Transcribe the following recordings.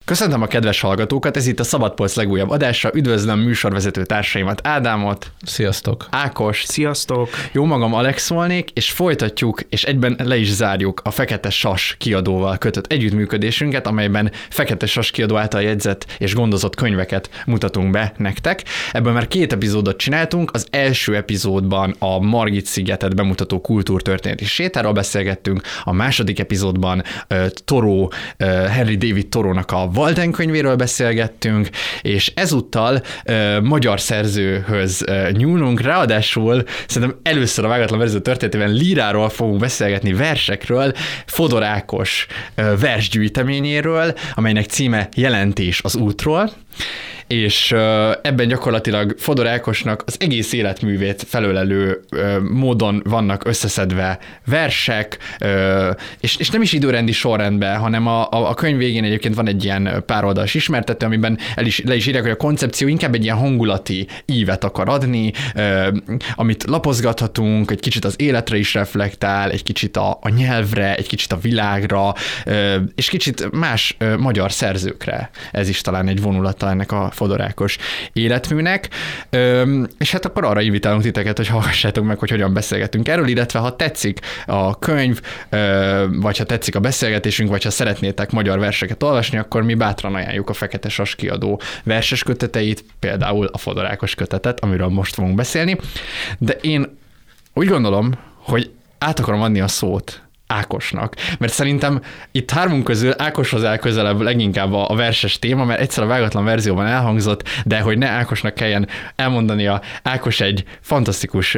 Köszöntöm a kedves hallgatókat, ez itt a Szabadpolc legújabb adása. Üdvözlöm műsorvezető társaimat, Ádámot. Sziasztok. Ákos. Sziasztok. Jó magam, Alex volnék, és folytatjuk, és egyben le is zárjuk a Fekete Sas kiadóval kötött együttműködésünket, amelyben Fekete Sas kiadó által jegyzett és gondozott könyveket mutatunk be nektek. Ebből már 2 epizódot csináltunk. Az első epizódban a Margit-szigetet bemutató kultúrtörténeti sétáról beszélgettünk, a második epizódban Henry David Thoreaunak a Walden könyvéről beszélgettünk, és ezúttal magyar szerzőhöz nyúlunk, ráadásul szerintem először a Vágatlan Verzió történetében líráról fogunk beszélgetni, versekről, Fodor Ákos versgyűjteményéről, amelynek címe Jelentés az útról, és ebben gyakorlatilag Fodor Ákosnak az egész életművét felölelő módon vannak összeszedve versek, és nem is időrendi sorrendben, hanem a könyv végén egyébként van egy ilyen pároldalas ismertető, amiben le is írják, hogy a koncepció inkább egy ilyen hangulati ívet akar adni, amit lapozgathatunk, egy kicsit az életre is reflektál, egy kicsit a nyelvre, egy kicsit a világra, és kicsit más magyar szerzőkre. Ez is talán egy vonulata ennek a Fodor Ákos életműnek, és hát akkor arra invitálunk titeket, hogy hallgassátok meg, hogy hogyan beszélgetünk erről, illetve ha tetszik a könyv, vagy ha tetszik a beszélgetésünk, vagy ha szeretnétek magyar verseket olvasni, akkor mi bátran ajánljuk a Fekete Sas kiadó verses köteteit, például a Fodor Ákos kötetet, amiről most fogunk beszélni, de én úgy gondolom, hogy át akarom adni a szót Ákosnak, mert szerintem itt hármunk közül Ákoshoz áll közelebb leginkább a verses téma, mert egyszer a Vágatlan Verzióban elhangzott, de hogy ne Ákosnak kelljen elmondania, Ákos egy fantasztikus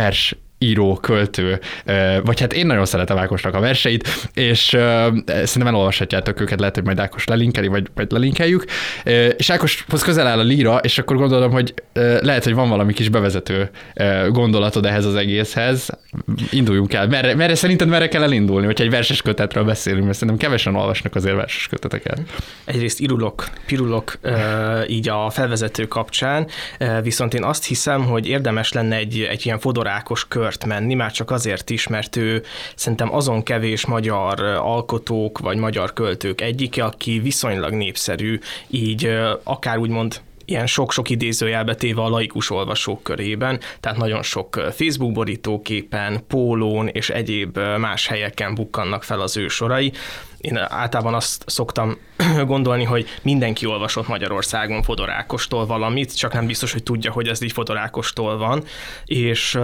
író, költő, vagy hát én nagyon szeretem Ákosnak a verseit, és szerintem elolvashatjátok őket, lehet, hogy majd Ákos lelinkeli, vagy lelinkeljük, és Ákoshoz közel áll a líra, és akkor gondolom, hogy lehet, hogy van valami kis bevezető gondolatod ehhez az egészhez. Induljunk el. Merre kell elindulni, hogyha egy verses kötetről beszélünk, mert szerintem kevesen olvasnak azért verses köteteket. Egyrészt pirulok így a felvezető kapcsán, viszont én azt hiszem, hogy érdemes lenne egy ilyen Fodor Ákos kört menni, már csak azért is, mert ő szerintem azon kevés magyar alkotók vagy magyar költők egyike, aki viszonylag népszerű, így akár úgymond ilyen sok-sok idézőjelbe téve a laikus olvasók körében, tehát nagyon sok Facebook borítóképen, pólón és egyéb más helyeken bukkannak fel az ő sorai. Én általában azt szoktam gondolni, hogy mindenki olvasott Magyarországon Fodor Ákostól valamit, csak nem biztos, hogy tudja, hogy ez így Fodor Ákostól van, és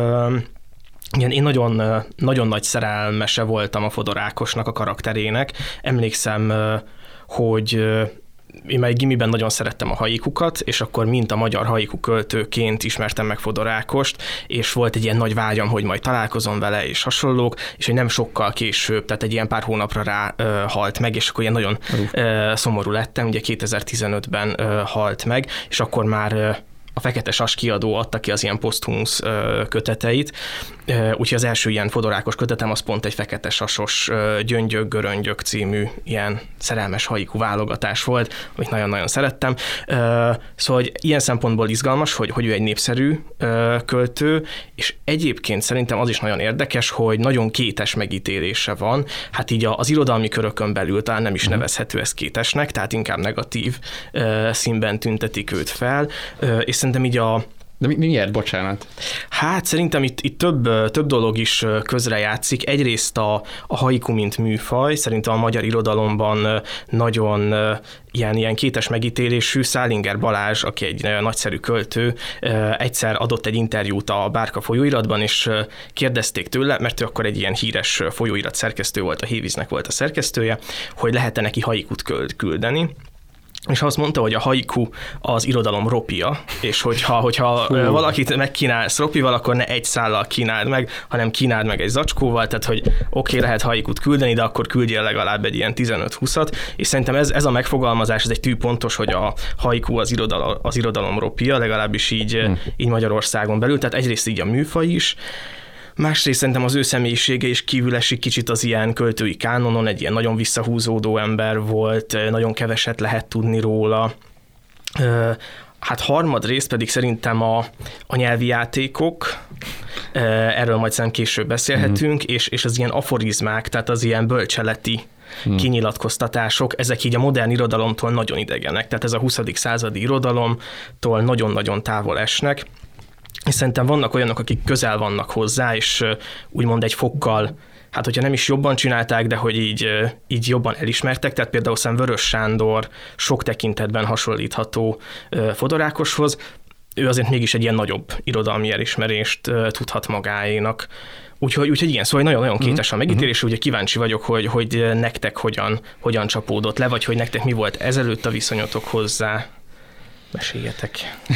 igen, én nagyon nagy szerelmese voltam a Fodor Ákosnak, a karakterének. Emlékszem, hogy én már gimiben nagyon szerettem a haikukat, és akkor mint a magyar haiku költőként ismertem meg Fodor Ákost, és volt egy ilyen nagy vágyam, hogy majd találkozom vele, és hasonlók, és hogy nem sokkal később, tehát egy ilyen pár hónapra rá halt meg, és akkor ilyen nagyon szomorú lettem, ugye 2015-ben halt meg, és akkor már a Fekete Sas kiadó adta ki az ilyen poszthumusz köteteit, úgyhogy az első ilyen Fodor Ákos kötetem az pont egy Fekete Sasos Gyöngyök, Göröngyök című ilyen szerelmes haiku válogatás volt, amit nagyon-nagyon szerettem. Szóval hogy ilyen szempontból izgalmas, hogy ő egy népszerű költő, és egyébként szerintem az is nagyon érdekes, hogy nagyon kétes megítélése van, hát így az irodalmi körökön belül talán nem is nevezhető ez kétesnek, tehát inkább negatív színben tüntetik őt fel, és szerintem így De miért? Bocsánat. Hát szerintem itt több dolog is közrejátszik. Egyrészt a haiku, mint műfaj, szerintem a magyar irodalomban nagyon ilyen kétes megítélésű. Szálinger Balázs, aki egy nagyszerű költő, egyszer adott egy interjút a Bárka folyóiratban, és kérdezték tőle, mert ő akkor egy ilyen híres folyóirat szerkesztő volt, a Hévíznek volt a szerkesztője, hogy lehet-e neki haikut küldeni. És azt mondta, hogy a haiku az irodalom ropija, és hogyha valakit megkínálsz ropival, akkor ne egy szállal kínáld meg, hanem kínáld meg egy zacskóval, tehát hogy oké, lehet haikut küldeni, de akkor küldjél legalább egy ilyen 15-20-at, és szerintem ez a megfogalmazás, ez egy tűpontos, hogy a haiku az irodalom ropija, legalábbis így Magyarországon belül, tehát egyrészt így a műfaj is, másrészt szerintem az ő személyisége is kívül esik kicsit az ilyen költői kánonon, egy ilyen nagyon visszahúzódó ember volt, nagyon keveset lehet tudni róla. Hát harmadrészt pedig szerintem a nyelvi játékok, erről majd szerintem később beszélhetünk, és az ilyen aforizmák, tehát az ilyen bölcseleti kinyilatkoztatások, ezek így a modern irodalomtól nagyon idegenek, tehát ez a 20. századi irodalomtól nagyon-nagyon távol esnek, és szerintem vannak olyanok, akik közel vannak hozzá, és úgymond egy fokkal, hát hogyha nem is jobban csinálták, de hogy így jobban elismertek, tehát például Vörös Sándor sok tekintetben hasonlítható Fodor Ákoshoz, ő azért mégis egy ilyen nagyobb irodalmi elismerést tudhat magáénak. Úgyhogy igen, szóval nagyon-nagyon kétes a megítélés, ugye kíváncsi vagyok, hogy nektek hogyan csapódott le, vagy hogy nektek mi volt ezelőtt a viszonyotok hozzá. Meséljetek.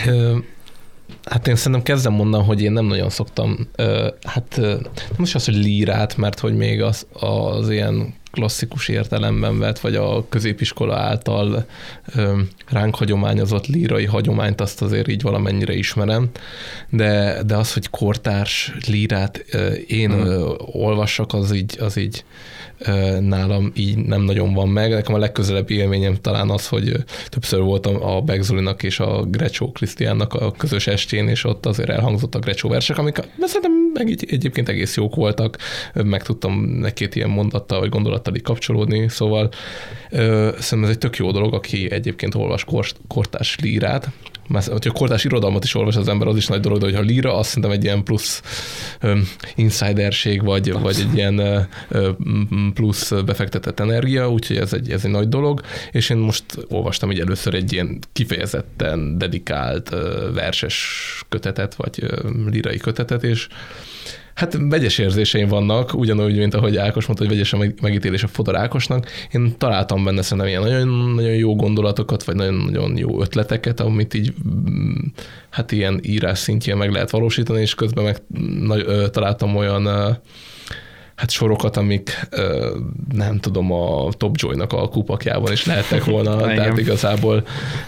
Hát én szerintem kezdem mondani, hogy én nem nagyon szoktam, nem is az, hogy lírát, mert hogy még az ilyen klasszikus értelemben vett, vagy a középiskola által ránk hagyományozott lírai hagyományt, azt azért így valamennyire ismerem, de az, hogy kortárs lírát én olvassak, az így nálam így nem nagyon van meg. Nekem a legközelebbi élményem talán az, hogy többször voltam a Beck Zolinak és a Grecsó Krisztiánnak a közös estjén, és ott azért elhangzott a Grecsó versek, amik szerintem egyébként egész jók voltak, meg tudtam egy-két ilyen mondattal vagy gondolattal így kapcsolódni, szóval szerintem ez egy tök jó dolog, aki egyébként olvas kortárs lírát. Mert hogyha kortárs irodalmat is olvas az ember, az is nagy dolog, de hogyha líra, azt szerintem egy ilyen plusz insiderség, vagy egy ilyen plusz befektetett energia, úgyhogy ez egy nagy dolog, és én most olvastam így először egy ilyen kifejezetten dedikált verses kötetet, vagy lírai kötetet, és hát vegyes érzéseim vannak, ugyanúgy, mint ahogy Ákos mondta, hogy vegyes a megítélés a Fodor Ákosnak. Én találtam benne szerintem ilyen nagyon-nagyon jó gondolatokat, vagy nagyon-nagyon jó ötleteket, amit így hát ilyen írás szintjén meg lehet valósítani, és közben meg találtam olyan hát sorokat, amik nem tudom, a Top Joy-nak a kupakjában is lehettek volna, tehát igazából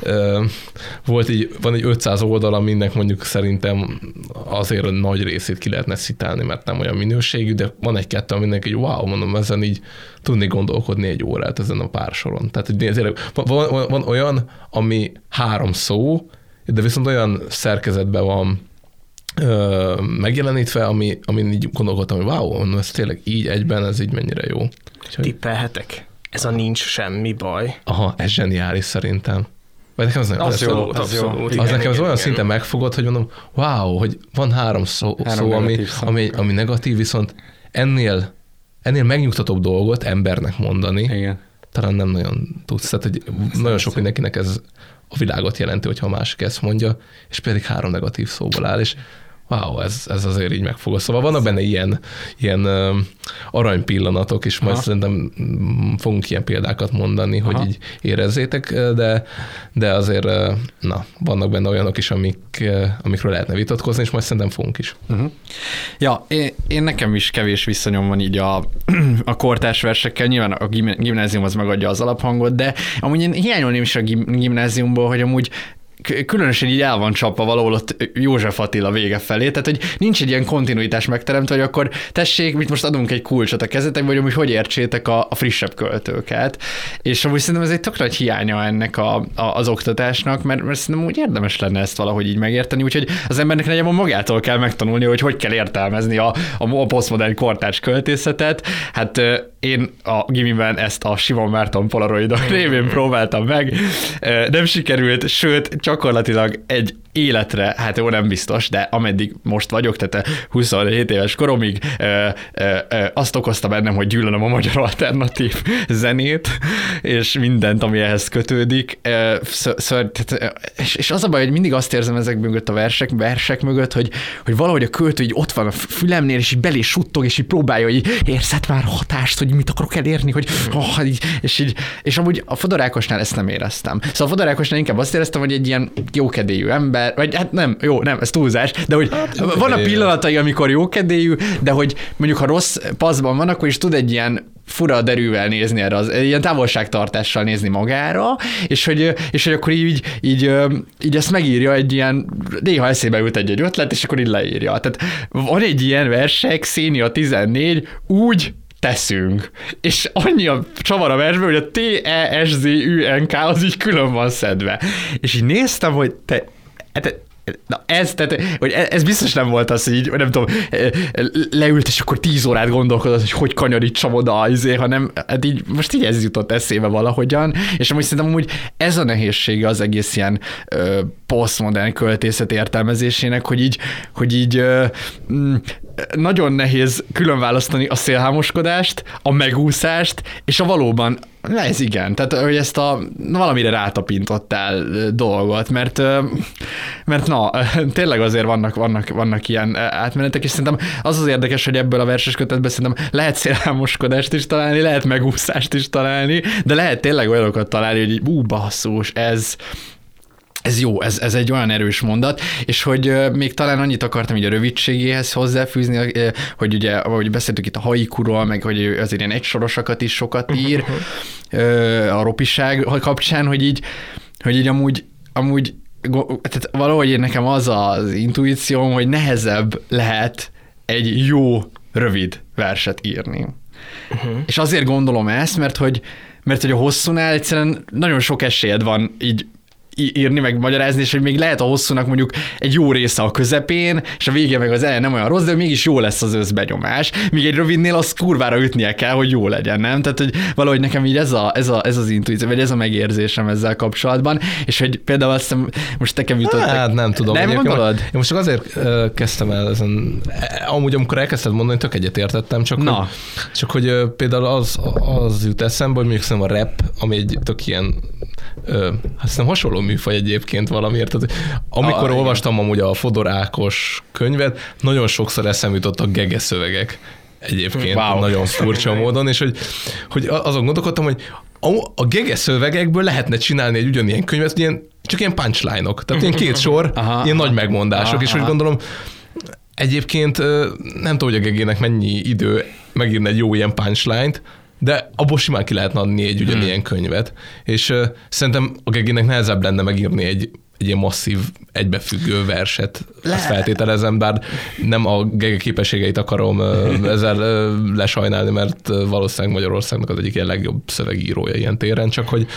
van egy 500 oldal, aminek mondjuk szerintem azért a nagy részét ki lehetne citálni, mert nem olyan minőségű, de van egy-kettő, aminek így wow, mondom, ezen így tudni gondolkodni egy órát ezen a pár soron. Tehát van olyan, ami 3 szó, de viszont olyan szerkezetben van megjelenítve, amin így gondolkodtam, hogy wow, ez tényleg így egyben, ez így mennyire jó. Tippelhetek? Ez a nincs semmi baj. Aha, ez zseniális szerintem. Vagy nekem az jó. Az nekem az olyan szinten megfogott, hogy mondom, wow, hogy van 3 szó ami negatív, viszont ennél megnyugtatóbb dolgot embernek mondani, igen, talán nem nagyon tudsz. Tehát, hogy nagyon sok mindenkinek ez a világot jelenti, hogyha a másik ezt mondja, és pedig 3 negatív szóból áll, és wow, ez azért így megfogott. Szóval vannak benne ilyen arany pillanatok, és majd szerintem fogunk ilyen példákat mondani, hogy így érezzétek, de azért vannak benne olyanok is, amikről lehetne vitatkozni, és majd szerintem fogunk is. Ja, én nekem is kevés viszonyom van így a kortárs versekkel, nyilván a gimnázium az megadja az alaphangot, de amúgy én hiányolném is a gimnáziumból, hogy amúgy különösen így el van csapva valahol ott József Attila vége felé, tehát hogy nincs egy ilyen kontinuitás megteremtve, hogy akkor tessék, mit most adunk egy kulcsot a kezetekbe, hogy amúgy hogy értsétek a frissebb költőket. És amúgy szerintem ez egy tök nagy hiánya ennek az oktatásnak, mert szerintem úgy érdemes lenne ezt valahogy így megérteni, úgyhogy az embernek nagyjából magától kell megtanulni, hogy kell értelmezni a posztmodern kortárs költészetet. Hát én a gimiben ezt a Simon Márton polaroidok révén próbáltam meg, nem sikerült, sőt, gyakorlatilag egy életre, hát jó, nem biztos, de ameddig most vagyok, tehát 27 éves koromig azt okozta bennem, hogy gyűlölöm a magyar alternatív zenét, és mindent, ami ehhez kötődik. És az a baj, hogy mindig azt érzem ezek mögött a versek mögött, hogy valahogy a költő így ott van a fülemnél, és így belé suttog, és így próbálja, hogy érzed már hatást, hogy mit akarok elérni, hogy és amúgy a Fodor Ákosnál ezt nem éreztem. Szóval a Fodor Ákosnál inkább azt éreztem, hogy egy ilyen jókedélyű ember, vagy hát nem, ez túlzás, de hogy van a pillanatai, amikor jókedélyű, de hogy mondjuk ha rossz paszban van, akkor is tud egy ilyen fura derűvel nézni erre, ilyen távolságtartással nézni magára, és hogy akkor így ezt megírja egy ilyen, néha eszébe jut egy ötlet, és akkor így leírja. Tehát van egy ilyen versek, Szénia 14, úgy teszünk. És annyi a csavar a versben, hogy a T-E-S-Z-U-N-K az így külön van szedve. És így néztem, hogy Na tehát, hogy ez biztos nem volt az, hogy így, nem tudom, leült, és akkor 10 órát gondolkodott, hogy kanyarítsam oda, hanem hát így, most így ez jutott eszébe valahogyan, és amúgy szerintem amúgy ez a nehézsége az egész ilyen posztmodern költészet értelmezésének, hogy így nagyon nehéz különválasztani a szélhámoskodást, a megúszást, és a valóban ez igen, tehát hogy ezt a valamire rátapintottál dolgot, mert na, tényleg azért vannak ilyen átmenetek, és szerintem az érdekes, hogy ebből a verses kötetben szerintem lehet szélhámoskodást is találni, lehet megúszást is találni, de lehet tényleg olyanokat találni, hogy basszus, ez jó, ez egy olyan erős mondat, és hogy még talán annyit akartam így a rövidségéhez hozzáfűzni, hogy ugye, ahogy beszéltük itt a haikuról, meg hogy azért ilyen egysorosakat is sokat ír a ropiság kapcsán, hogy így amúgy tehát valahogy nekem az az intuícióm, hogy nehezebb lehet egy jó, rövid verset írni. És azért gondolom ezt, mert hogy a hosszúnál egyszerűen nagyon sok esélyed van így írni, meg magyarázni, és hogy még lehet a hosszúnak mondjuk egy jó része a közepén, és a vége meg az eleje nem olyan rossz, de mégis jó lesz az összbenyomás, míg egy rövidnél az kurvára ütnie kell, hogy jó legyen, nem? Tehát, hogy valahogy nekem így ez az intuíció, vagy ez a megérzésem ezzel kapcsolatban, és hogy például azt hiszem, most nekem jutott. Hát nem tudom. Nem gondolod? Én most csak azért kezdtem el ezen, amúgy amikor elkezdted mondani, tök egyet értettem, csak hogy például az jut eszembe, hogy mondjuk a rap, ami egy tök ilyen azt nem hasonló műfaj egyébként valamiért. Tehát, amikor olvastam amúgy a Fodor Ákos könyvet, nagyon sokszor eszembe jutott a gege szövegek egyébként, nagyon furcsa módon, és hogy azon gondolkodtam, hogy a gege szövegekből lehetne csinálni egy ugyanilyen könyvet, hogy csak ilyen punchline-ok, tehát ilyen 2 sor, ilyen nagy megmondások, és hogy gondolom, egyébként nem tudom, hogy a gegének mennyi idő megírni egy jó ilyen punchline-t, de abból simán ki lehetne adni egy ugyanilyen könyvet. És szerintem a gegének nehezebb lenne megírni egy ilyen masszív, egybefüggő verset. Ezt feltételezem, bár nem a gege képességeit akarom ezzel lesajnálni, mert valószínűleg Magyarországnak az egyik ilyen legjobb szövegírója ilyen téren, csak hogy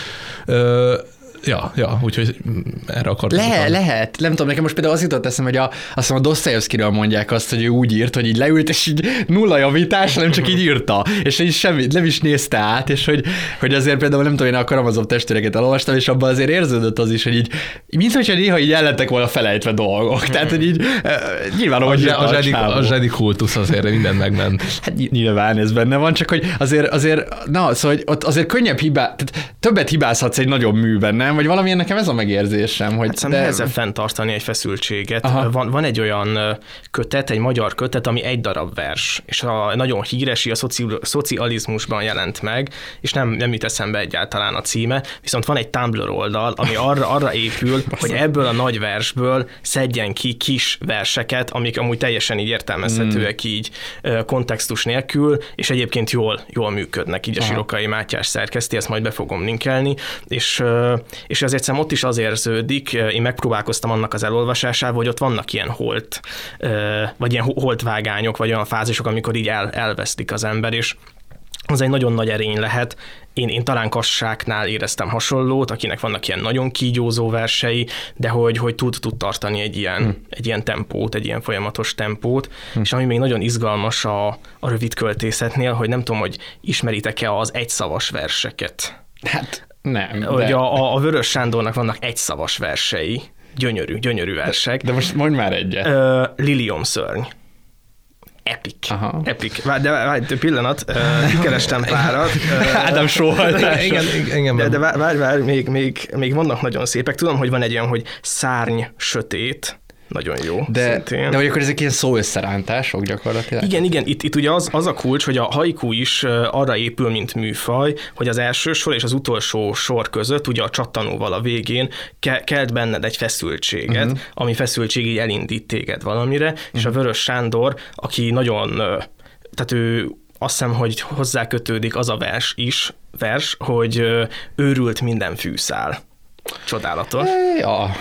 úgyhogy erre akartam. Lehet. Nem tudom, nekem most például az jutott eszem, hogy azt hiszem a Dostoyevskiről mondják azt, hogy ő úgy írt, hogy így leült, és így nulla javítás, nem csak így írta, és így semmit nem is nézte át, és hogy azért például nem tudom, én a Karamazov testvéreket elolvastam, és abban azért érződött az is, hogy így, mint hogyha néha így el lettek volna felejtve dolgok. Tehát, hogy így nyilván, hogy a zsedi kultusz azért mindent megment. Hát nyilván ez benne van, csak hogy azért na, szóval hogy ott azért könnyebb tehát többet hibázhatsz egy nagyobb műben, nem? Vagy valamilyen nekem ez a megérzésem, hogy... Hát nehezebb fenntartani egy feszültséget. Van egy olyan kötet, egy magyar kötet, ami egy darab vers, és nagyon híres, a szocializmusban jelent meg, és nem jut eszembe egyáltalán a címe, viszont van egy Tumblr oldal, ami arra épül, hogy ebből a nagy versből szedjen ki kis verseket, amik amúgy teljesen így értelmezhetőek így kontextus nélkül, és egyébként jól működnek, így a Sirokai Mátyás szerkeszti, ezt majd be fogom linkelni, és azért szerintem ott is az érződik, én megpróbálkoztam annak az elolvasásával, hogy ott vannak ilyen holt, vagy ilyen holtvágányok, vagy olyan fázisok, amikor így elvesztik az ember, és az egy nagyon nagy erény lehet. Én talán Kassáknál éreztem hasonlót, akinek vannak ilyen nagyon kígyózó versei, de hogy tud tartani egy ilyen tempót, egy ilyen folyamatos tempót, és ami még nagyon izgalmas a rövid költészetnél, hogy nem tudom, hogy ismeritek-e az egyszavas verseket. Hát nem. Hogy a Vörös Sándornak vannak egyszavas versei, gyönyörű versek. De most mondj már egyet. Liliom szörny. Epic. De pillanat, kikerestem párat. Ádám sóhajtás. Igen. De várj, még vannak nagyon szépek. Tudom, hogy van egy olyan, hogy szárny sötét, nagyon jó. De hogy akkor ezek ilyen szóösszerántások gyakorlatilag? Igen, itt ugye az a kulcs, hogy a haiku is arra épül, mint műfaj, hogy az első sor és az utolsó sor között, ugye a csattanóval a végén kelt benned egy feszültséget, ami feszültség így elindít téged valamire, és a Vörös Sándor, aki nagyon, tehát ő azt hiszem, hogy hozzá kötődik az a vers, hogy őrült minden fűszál. Csodálatos. Ja.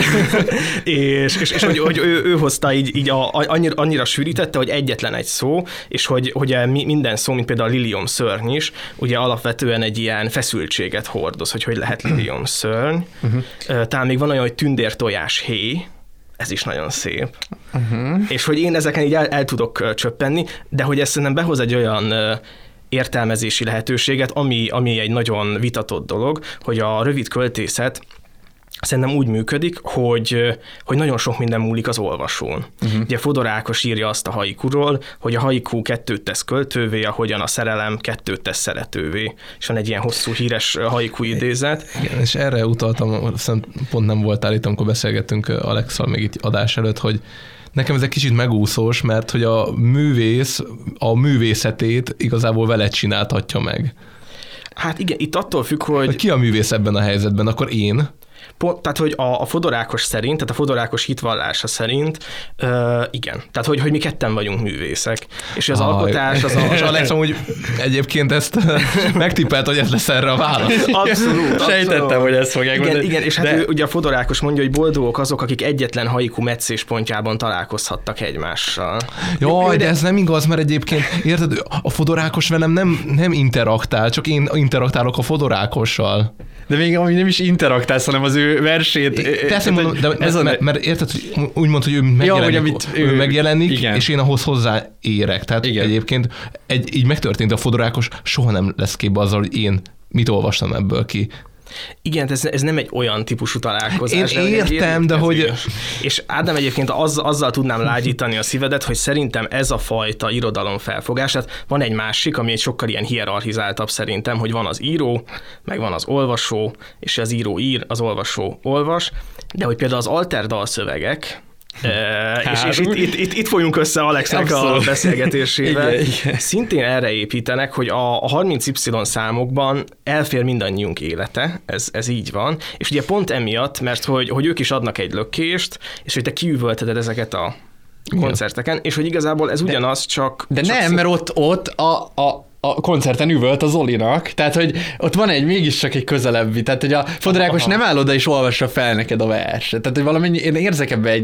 és hogy ő hozta így annyira sűrítette, hogy egyetlen egy szó, és hogy minden szó, mint például a Liliom szörny is, ugye alapvetően egy ilyen feszültséget hordoz, hogy lehet Liliom szörny. Talán még van olyan, hogy tündértojás héj, ez is nagyon szép. És hogy én ezeken így el tudok csöppenni, de hogy ezt szerintem behoz egy olyan értelmezési lehetőséget, ami egy nagyon vitatott dolog, hogy a rövid költészet szerintem úgy működik, hogy nagyon sok minden múlik az olvasón. Ugye Fodor Ákos írja azt a haikuról, hogy a haiku 2 tesz költővé, ahogyan a szerelem 2 tesz szeretővé. És van egy ilyen hosszú híres haiku idézet. Igen, és erre utaltam, pont nem voltál itt, amikor beszélgettünk Alekszal még itt adás előtt, hogy nekem ez egy kicsit megúszós, mert hogy a művész a művészetét igazából vele csináltatja meg. Hát igen, itt attól függ, hogy... Ki a művész ebben a helyzetben? Akkor én? Tehát, hogy a Fodor Ákos szerint, tehát a Fodor Ákos hitvallása szerint, igen. Tehát, hogy mi ketten vagyunk művészek. És az alkotás az És Alex amúgy egyébként ezt megtippelt, hogy ez lesz erre a válasz. Abszolút. Sejtettem, hogy ezt fogják mondani. Igen, és hát ő, ugye a Fodor Ákos mondja, hogy boldogok azok, akik egyetlen haiku meccéspontjában találkozhattak egymással. Jaj, de ez nem igaz, mert egyébként, érted, a Fodor Ákos velem nem interaktál, csak én interaktálok a Fodor Ákossal. De még ami nem is interaktálsz, hanem az ő versét. Persze mondom, mert érted, hogy úgy mondta, hogy ő megjelenik, igen. És én ahhoz hozzáérek. Tehát igen. Egyébként így megtörtént, a Fodor Ákos soha nem lesz képbe azzal, hogy én mit olvastam ebből ki. Igen, ez nem egy olyan típusú találkozás. Én értem, de hogy... És Ádám, egyébként azzal tudnám lágyítani a szívedet, hogy szerintem ez a fajta irodalom felfogás, tehát van egy másik, ami egy sokkal ilyen hierarchizáltabb szerintem, hogy van az író, meg van az olvasó, és az író ír, az olvasó olvas, de hogy például az alter dalszövegek, és itt folyunk össze Alexnek a beszélgetésével. Igen. Szintén erre építenek, hogy a 30Y számokban elfér mindannyiunk élete, ez így van, és ugye pont emiatt, mert hogy ők is adnak egy lökést, és hogy te kiüvölteted ezeket a koncerteken, és hogy igazából ez ugyanaz, csak... De nem, mert ott a koncerten üvölt a Zolinak, tehát hogy ott van mégiscsak egy közelebbi, tehát hogy a Fodor Ákos nem áll oda és olvassa fel neked a verset, tehát hogy valamennyi, én érzek ebbe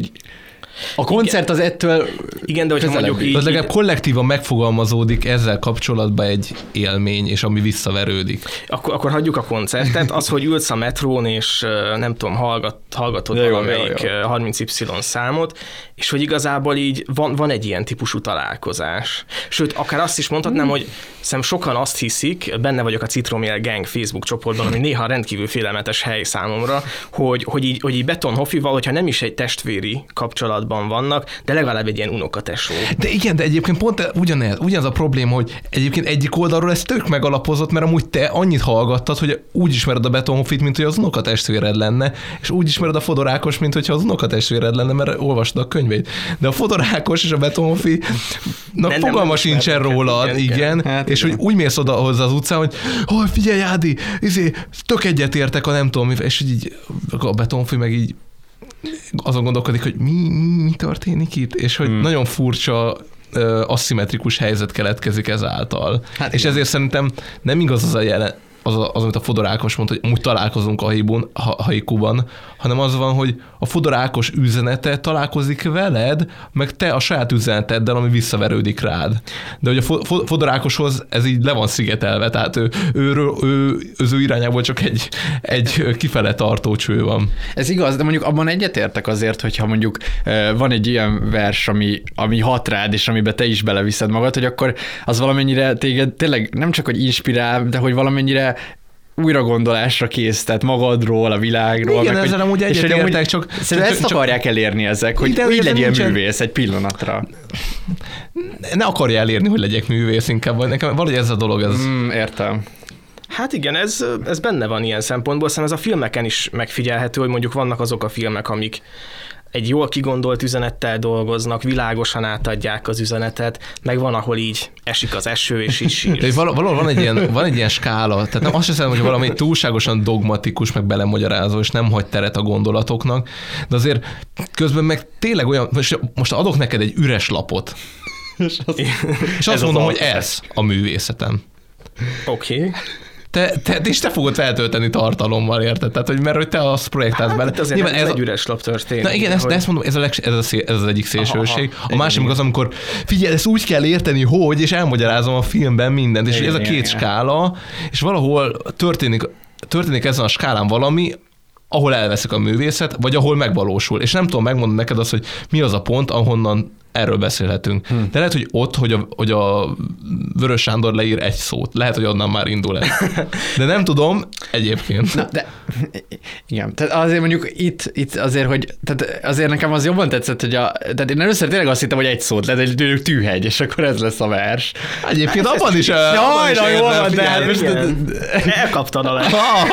a koncert igen. Az ettől igen, de hogyha mondjuk így... Az legalább kollektívan megfogalmazódik ezzel kapcsolatban egy élmény, és ami visszaverődik. Akkor hagyjuk a koncertet, az, hogy ülsz a metrón, és nem tudom, hallgatod valamelyik 30Y számot, és hogy igazából így van egy ilyen típusú találkozás. Sőt, akár azt is mondhatnám, hogy szerintem sokan azt hiszik, benne vagyok a Citromjel Gang Facebook csoportban, ami néha rendkívül félelmetes hely számomra, hogy így Betonhoffival, hogyha nem is egy testvéri kapcsolatban vannak, de legalább egy ilyen unokatesó. De igen, de egyébként pont ugyanaz a probléma, hogy egyébként egyik oldalról ez tök megalapozott, mert amúgy te annyit hallgattad, hogy úgy ismered a Betonhoffit, mint hogy az unokatestvéred lenne, és úgy ismered a Fodor Ákos, mint hogyha az unokatestvéred lenne, mert olvastad a könyvét. De a Fodor Ákos és a Betonhoffi fogalma sincsen rólad, igen, hát és igen. Hogy úgy mész oda hozzá az utcán, hogy figyelj Ádi, tök egyetértek a nem tudom, és így a Betonhoffi meg így azon gondolkodik, hogy mi történik itt, és hogy nagyon furcsa aszimmetrikus helyzet keletkezik ezáltal. Hát és ezért szerintem nem igaz az a jelen, az, amit a Fodor Ákos mondta, hogy úgy találkozunk a haikuban, hanem az van, hogy a Fodor Ákos üzenete találkozik veled, meg te a saját üzeneteddel, ami visszaverődik rád. De hogy a Fodor Ákoshoz ez így le van szigetelve, tehát az ő irányából csak egy kifele tartó cső van. Ez igaz, de mondjuk abban egyetértek azért, hogyha mondjuk van egy ilyen vers, ami hat rád, és amiben te is beleviszed magad, hogy akkor az valamennyire téged tényleg nem csak, hogy inspirál, de hogy valamennyire újra gondolásra késztet magadról, a világról. Igen, ezzel amúgy egyetértek, csak ezt akarják elérni ezek, hogy így legyél művész egy pillanatra. Ne akarja elérni, hogy legyek művész, inkább nekem valahogy ez a dolog. Értem. Hát igen, ez benne van ilyen szempontból, szerintem ez a filmeken is megfigyelhető, hogy mondjuk vannak azok a filmek, amik egy jól kigondolt üzenettel dolgoznak, világosan átadják az üzenetet, meg van, ahol így esik az eső, és így sírsz. Valahol van egy ilyen skála, tehát nem azt hiszem, hogy valami túlságosan dogmatikus, meg belemagyarázó, és nem hagy teret a gondolatoknak, de azért közben meg tényleg olyan, most adok neked egy üres lapot, és azt mondom, hogy ez a művészetem. Oké. És te fogod feltölteni tartalommal, érted? Tehát, hogy mert hogy te azt projektálsz bele. Hát azért ez egy üres lap történik. Na igen, ezt mondom, ez az egyik szélsőség. A másik az, amikor figyelj, ezt úgy kell érteni, hogy, és elmagyarázom a filmben mindent, és ez a két skála, és valahol történik ezen a skálán valami, ahol elveszik a művészet, vagy ahol megvalósul. És nem tudom megmondani neked azt, hogy mi az a pont, ahonnan erről beszélhetünk. De lehet, hogy ott, hogy a Vörös Sándor leír egy szót. Lehet, hogy onnan már indul el. De nem tudom egyébként. Na, de igen, tehát azért mondjuk itt azért, hogy tehát azért nekem az jobban tetszett, hogy tehát én először tényleg azt hittem, hogy egy szót lehet, hogy tűhegy, és akkor ez lesz a vers. Egyébként abban is jaj, jól van, de hát most... Elkaptad a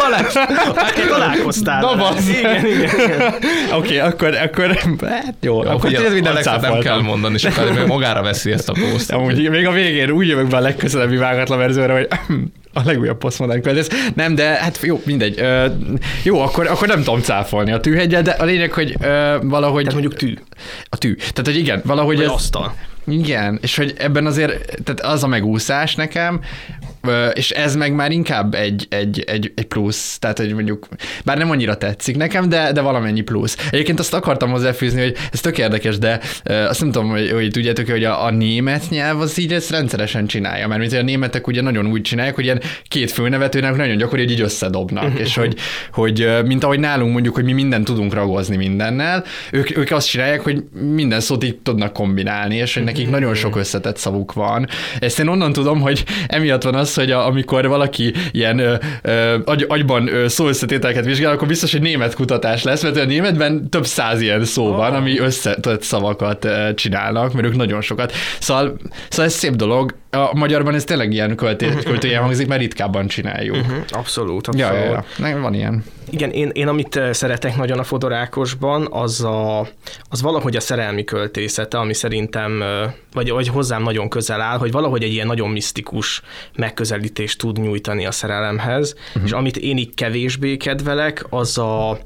találkoztál. Na basz. Igen. Oké, akkor hát jó, akkor ez mindent nem kell mondani, és akkor még magára veszi ezt a poszt. Amúgy még a végén úgy jövök be a legközelebbi vágatlan verzióra, hogy a legújabb posztmodern költész. Nem, de hát jó, mindegy. Jó, akkor nem tudom cáfolni a tűhegyet, de a lényeg, hogy valahogy... Tehát mondjuk tű. A tű. Tehát, hogy igen, valahogy ez... asztal. Igen, és hogy ebben azért, tehát az a megúszás nekem, és ez meg már inkább egy plusz, tehát hogy mondjuk, bár nem annyira tetszik nekem, de valamennyi plusz. Egyébként azt akartam hozzáfűzni, hogy ez tök érdekes, de azt nem tudom, hogy tudjátok, hogy a német nyelv az így ezt rendszeresen csinálja, mert mint a németek ugye nagyon úgy csinálják, hogy ilyen két főnevetőnek nagyon gyakori, hogy így összedobnak, és hogy mint ahogy nálunk mondjuk, hogy mi mindent tudunk ragozni mindennel, ők azt csinálják, hogy minden szót így tudnak kombinálni, és hogy nekik nagyon sok összetett szavuk van. Ezt én onnan tudom, hogy emiatt van az, hogy amikor valaki ilyen agyban szóösszetételeket vizsgál, akkor biztos, hogy német kutatás lesz, mert a németben több száz ilyen szó van, ami összetett szavakat csinálnak, mert ők nagyon sokat. Szóval ez szép dolog. A magyarban ez tényleg ilyen költőjel hangzik, mert ritkábban csináljuk. Abszolút. Ja. Van ilyen. Igen, én amit szeretek nagyon a Fodor Ákosban, az valahogy a szerelmi költészete, ami szerintem, vagy hozzám nagyon közel áll, hogy valahogy egy ilyen nagyon misztikus megközelítést tud nyújtani a szerelemhez, és amit én így kevésbé kedvelek, az a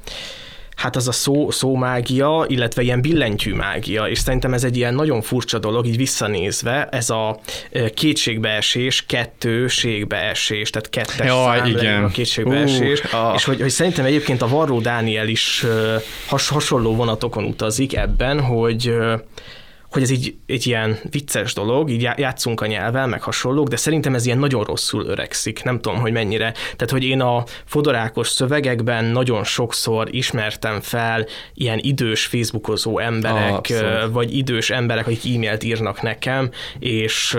szómágia, illetve ilyen billentyű mágia, és szerintem ez egy ilyen nagyon furcsa dolog, így visszanézve, ez a kétségbeesés, kettőségbeesés, tehát kettes szám, a kétségbeesés, és hogy szerintem egyébként a Varró Dániel is hasonló vonatokon utazik ebben, hogy ez így egy ilyen vicces dolog, így játszunk a nyelvvel, meg hasonlók, de szerintem ez ilyen nagyon rosszul öregszik, nem tudom, hogy mennyire. Tehát, hogy én a Fodor Ákos szövegekben nagyon sokszor ismertem fel ilyen idős facebookozó emberek, vagy idős emberek, akik e-mailt írnak nekem, és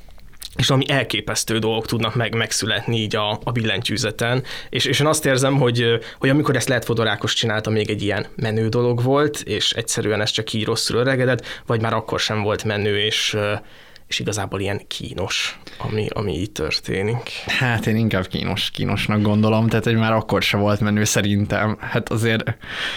ami elképesztő dolgok tudnak megszületni így a billentyűzeten, és én azt érzem, hogy amikor ezt Lehet Fodor Ákos csinálta, még egy ilyen menő dolog volt, és egyszerűen ez csak így rosszul öregedett, vagy már akkor sem volt menő, és igazából ilyen kínos, ami így történik. Hát én inkább kínosnak gondolom, tehát hogy már akkor sem volt menő szerintem. Hát azért...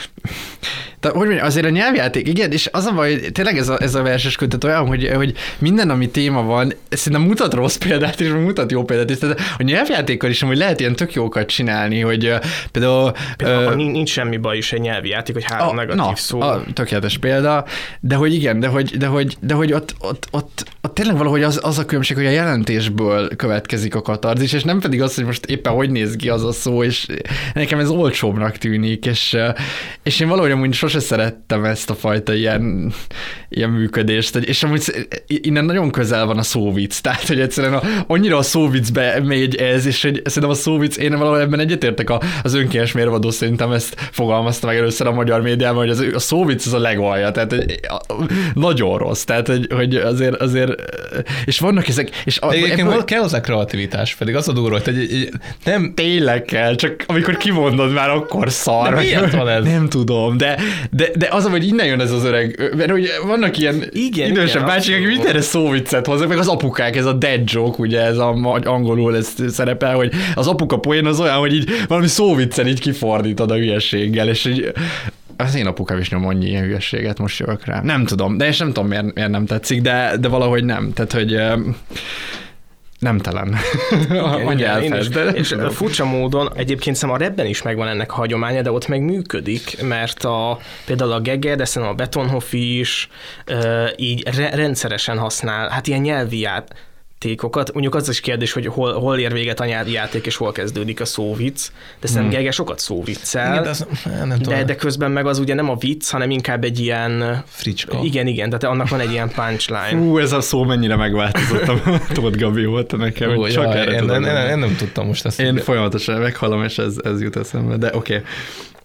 Tehát, hogy mondjam, azért a nyelvjáték, igen, és az a baj, hogy tényleg ez a verses kötet olyan, hogy minden, ami téma van, szerintem mutat rossz példát, és mutat jó példát is. Tehát a nyelvjátékkal is, hogy lehet ilyen tök jókat csinálni, hogy például nincs semmi baj is egy nyelvi játék, hogy 3 negatív szó. Tökéletes példa, de hogy igen, de hogy ott tényleg valahogy az a különbség, hogy a jelentésből következik a katarzis, és nem pedig az, hogy most éppen hogy néz ki az a szó, és nekem ez olcsóbbnak tűnik, és én valahogy amúgy sose szerettem ezt a fajta ilyen működést, és amúgy innen nagyon közel van a szóvic, tehát hogy egyszerűen annyira a szóvicbe megy ez, és hogy szerintem a szóvic, én valahol ebben egyetértek, az önkényes mérvadó szerintem ezt fogalmazta meg először a magyar médiában, hogy a szóvic az a legalja, tehát nagyon rossz, tehát hogy azért és vannak ezek, és egyébként kell hozzá kreativitás, pedig az a durva, hogy nem tényleg kell, csak amikor kimondod már, akkor szar. De miért van ez? Nem tudom, de az, hogy innen jön ez az öreg, mert hogy vannak ilyen idősebb bácsik, akik mindenre szóviccet hoznak, meg az apukák, ez a dad joke, ugye ez angolul ez szerepel, hogy az apuka poén az olyan, hogy így valami szóviccen így kifordítod a hülyeséggel, és így az én apukám is nyom annyi ilyen hülyeséget, most jövök rá. Nem tudom, de és nem tudom, miért nem tetszik, de valahogy nem. Tehát, hogy nemtelen. És furcsa módon egyébként szerintem a rapben is megvan ennek a hagyománya, de ott meg működik, mert például a Geger, de szerintem a Betonhoffi is így rendszeresen használ, hát ilyen nyelvi játékokat. Mondjuk az is kérdés, hogy hol ér véget a nyelvi játék, és hol kezdődik a szóvic, de szerintem Geger sokat szóviccel, de közben meg az ugye nem a vicc, hanem inkább egy ilyen... Fricska. Igen, tehát annak van egy ilyen punchline. Ez a szó mennyire megváltozott, Tóth Gabi volt nekem. Én nem tudtam most ezt. Én folyamatosan meghallom, és ez jut eszembe, de oké.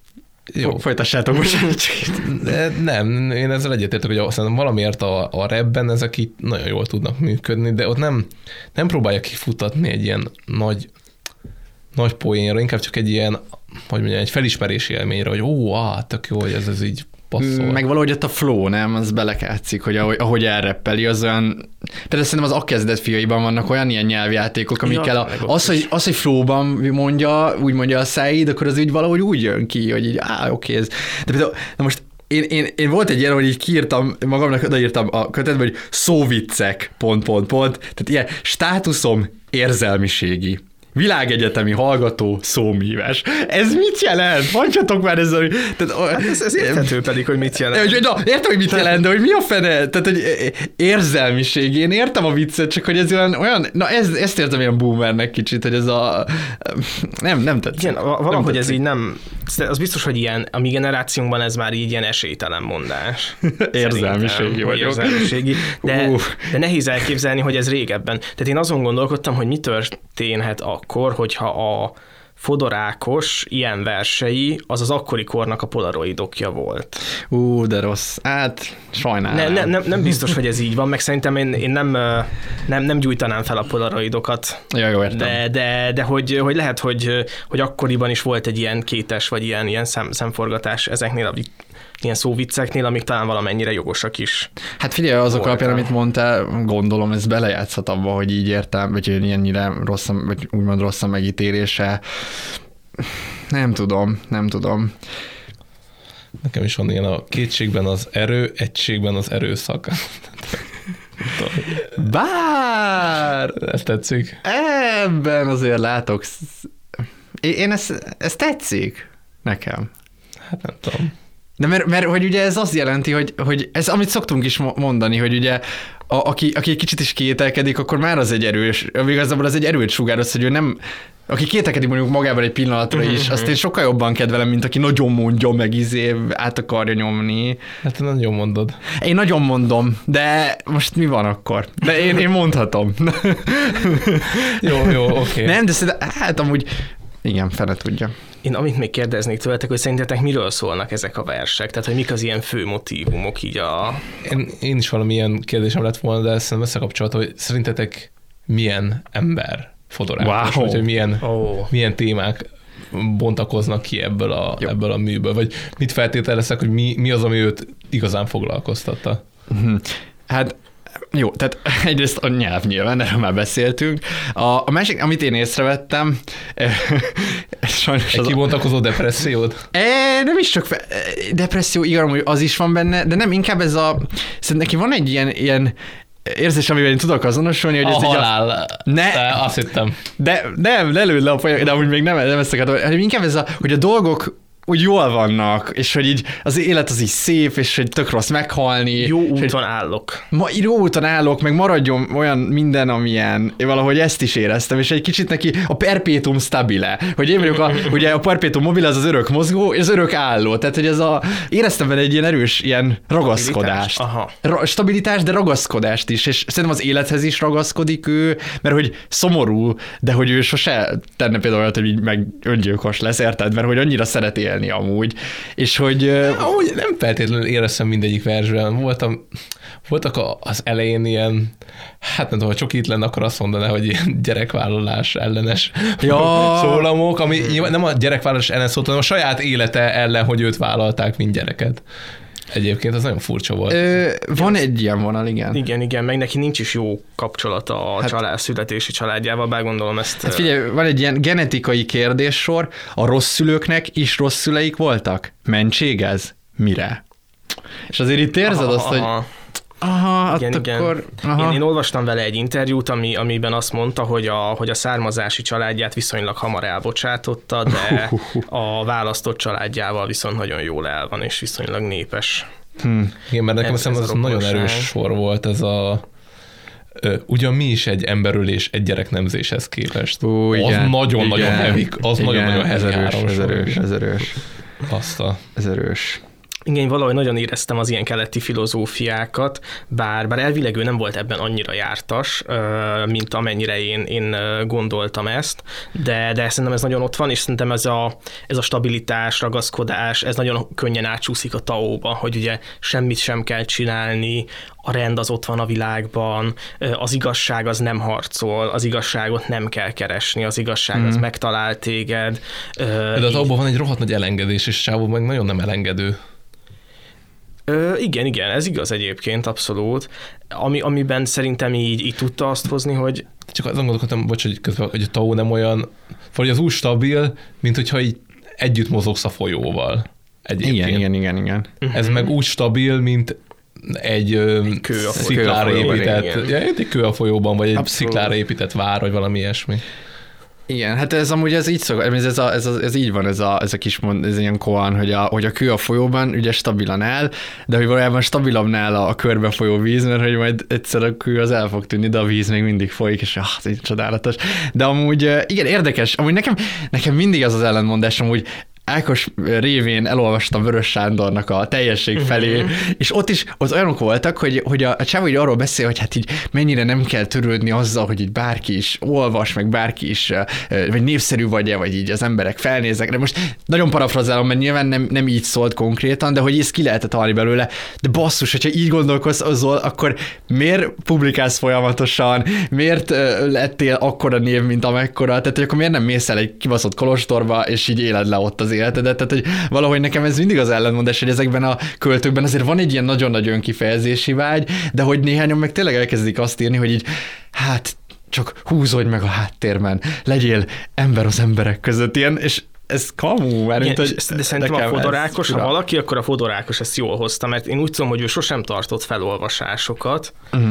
Jó. Folytassátok most. Nem, én ezzel egyetértek, hogy szerintem valamiért a rapben ezek így nagyon jól tudnak működni, de ott nem próbálja kifutatni egy ilyen nagy poénra, inkább csak egy ilyen, hogy mondjam, egy felismerési élményre, hogy tök jó, hogy ez így passzol. Meg valahogy ott a flow, nem? Az belekátszik, hogy ahogy elreppeli, az olyan... Például szerintem az Akkezdet fiaiban vannak olyan ilyen nyelvjátékok, amikkel az, hogy flowban mondja, úgy mondja a Said, akkor az úgy valahogy úgy jön ki, hogy így, oké, ez... De például, na most én volt egy ilyen, hogy így kiírtam, magamnak odaírtam a kötetbe, hogy szóviccek, ... Tehát ilyen státuszom érzelmiségi. Világegyetemi hallgató szómíves. Ez mit jelent? Mondjatok már ezzel, hogy... Hát ez érthető pedig, hogy mit jelent. Értem, hogy mit jelent, de hogy mi a fene? Tehát, hogy érzelmiség. Én értem a viccet, csak hogy ez olyan... Na, ezt értem ilyen boomernek kicsit, hogy ez a... Nem tetszik. Igen, valahogy ez így nem... Az biztos, hogy ilyen, a mi generációnkban ez már így ilyen esélytelen mondás. Érzelmiségi vagyok. Érzelmiségi. De nehéz elképzelni, hogy ez régebben. Tehát én azon gondolkodtam, hogy mi történhet akkor, hogyha a Fodor Ákos ilyen versei, az akkori kornak a polaroidokja volt. De rossz. Hát, sajnálom. Nem biztos, hogy ez így van, meg szerintem én nem gyújtanám fel a polaroidokat. Ja, jó, értem. De hogy lehet, hogy akkoriban is volt egy ilyen kétes, vagy ilyen szemforgatás ezeknél ilyen szóvicceknél, amik talán valamennyire jogosak is. Hát figyelj, azok alapján, amit mondtál, gondolom, ez belejátszhat abba, hogy így értem, vagy ennyire rossz, vagy úgymond rossz a megítélése. Nem tudom. Nekem is van ilyen a kétségben az erő, egységben az erőszak. Bár! Ez tetszik? Ebben azért látok. Én ez tetszik nekem. Hát nem tudom. De mert hogy ugye ez azt jelenti, hogy ez, amit szoktunk is mondani, hogy ugye aki egy kicsit is kételkedik, akkor már az egy erős, igazából az egy erőt sugároz, hogy ő nem, aki kételkedik mondjuk magában egy pillanatra is, azt én sokkal jobban kedvelem, mint aki nagyon mondja, meg át akarja nyomni. Hát nagyon mondod. Én nagyon mondom, de most mi van akkor? De én mondhatom. Jó, oké. Nem, de hát amúgy igen, fele tudja. Én amit még kérdeznék tőletek, hogy szerintetek miről szólnak ezek a versek? Tehát, hogy mik az ilyen fő motívumok így a... Én is valamilyen kérdésem lett volna, de ezt összekapcsolható, hogy szerintetek milyen ember Fodor Ákos, vagy hogy milyen témák bontakoznak ki ebből a műből, vagy mit feltételeztek, hogy mi az, ami őt igazán foglalkoztatta? Hát jó, tehát egyrészt a nyelv nyilván, erről már beszéltünk. A másik, amit én észrevettem, sajnos egy kibontakozó depressziót? Nem is csak depresszió, igen, hogy az is van benne, de nem, inkább ez szerintem neki van egy ilyen érzés, amivel én tudok azonosulni, hogy a ez halál. De azt hittem. De nem, lelőd le a folyam, de amúgy még nem ezt akartam, hanem inkább ez hogy a dolgok úgy jól vannak, és hogy így az élet az így szép, és hogy tök rossz meghalni. Jó úton állok. Jó úton állok, meg maradjon olyan minden, amilyen. Én valahogy ezt is éreztem, és egy kicsit neki a perpetuum stabile, hogy én vagyok ugye a perpetuum mobile az örök mozgó, és az örök álló. Tehát, hogy éreztem benne egy ilyen erős ilyen ragaszkodást. Stabilitás, de ragaszkodást is, és szerintem az élethez is ragaszkodik ő, mert hogy szomorú, de hogy ő sose tenne például olyat, hogy így meg öngyilkos lesz, érted? Mert hogy annyira szeret élni amúgy, és hogy... Amúgy nem feltétlenül éreztem mindegyik versben. Voltak az elején ilyen, hát nem tudom, ha csak itt lenne, akkor azt mondaná, hogy ilyen gyerekvállalás ellenes szólamok, ami nem a gyerekvállalás ellen szólt, hanem a saját élete ellen, hogy őt vállalták, mint gyereket. Egyébként az nagyon furcsa volt. Van egy ilyen vonal, igen. Igen, meg neki nincs is jó kapcsolata a születési családjával, bár gondolom ezt... Hát figyelj, van egy ilyen genetikai kérdéssor, a rossz szülőknek is rossz szüleik voltak? Mentség ez? Mire? És azért itt érzed azt, hogy... Igen. Én olvastam vele egy interjút, amiben azt mondta, hogy a származási családját viszonylag hamar elbocsátotta, de a választott családjával viszont nagyon jól el van, és viszonylag népes. Igen, mert nekem ez nagyon erős sor volt ez ugyan mi is egy emberölés egy gyereknemzéshez képest. Az nagyon-nagyon heavy. Az nagyon-nagyon heavy. Ez erős. Ez erős. Igen, valahogy nagyon éreztem az ilyen keleti filozófiákat, bár elvileg ő nem volt ebben annyira jártas, mint amennyire én gondoltam ezt, de szerintem ez nagyon ott van, és szerintem ez a stabilitás, ragaszkodás, ez nagyon könnyen átsúszik a Taóba, hogy ugye semmit sem kell csinálni, a rend az ott van a világban, az igazság az nem harcol, az igazságot nem kell keresni, az igazság az megtalál téged. De a Taóban van egy rohadt nagy elengedés, és Sávó meg nagyon nem elengedő. Igen, ez igaz egyébként, abszolút. Amiben szerintem így tudta azt hozni, hogy... Csak azon gondolkodtam, hogy a Tao nem olyan, vagy az úgy stabil, mint hogyha így együtt mozogsz a folyóval. Egyébként. Igen. Ez meg úgy stabil, mint egy sziklára épített, egy kő a folyóban, vagy egy sziklára épített vár, vagy valami ilyesmi. Igen, hát ez amúgy ez így ez így van, ez a kis ez ilyen koan, hogy a kő a folyóban ugye stabilan áll, de hogy valójában stabilabb nála a körbe folyó víz, mert hogy majd egyszer a kő az el fog tűnni, de a víz még mindig folyik, és ez így csodálatos. De amúgy igen, érdekes, amúgy nekem mindig az ellentmondás, amúgy Ákos révén elolvastam Vörös Sándornak a Teljesség felé, és ott is az olyanok voltak, hogy a csávó így arról beszél, hogy hát így mennyire nem kell törődni azzal, hogy így bárki is olvas, meg bárki is, vagy népszerű vagy-e, vagy így az emberek felnéznek. De most nagyon parafrazálom, mert nyilván nem így szólt konkrétan, de hogy ezt ki lehetett hallani belőle. De basszus, hogyha így gondolkozz azzal, akkor miért publikálsz folyamatosan, miért lettél akkora név, mint amekkora, tehát hogy akkor miért nem mész el egy kibaszott kolostorba, és így éled le ott az életedet, tehát hogy valahogy nekem ez mindig az ellentmondás, hogy ezekben a költőkben azért van egy ilyen nagyon-nagyon önkifejezési vágy, de hogy néhányan meg tényleg elkezdik azt írni, hogy így, hát csak húzódj meg a háttérben, legyél ember az emberek között, ilyen, és ez kamu, mert de szerintem a Fodor Ákos, ha valaki, akkor a Fodor Ákos ezt jól hozta, mert én úgy tudom, hogy ő sosem tartott felolvasásokat.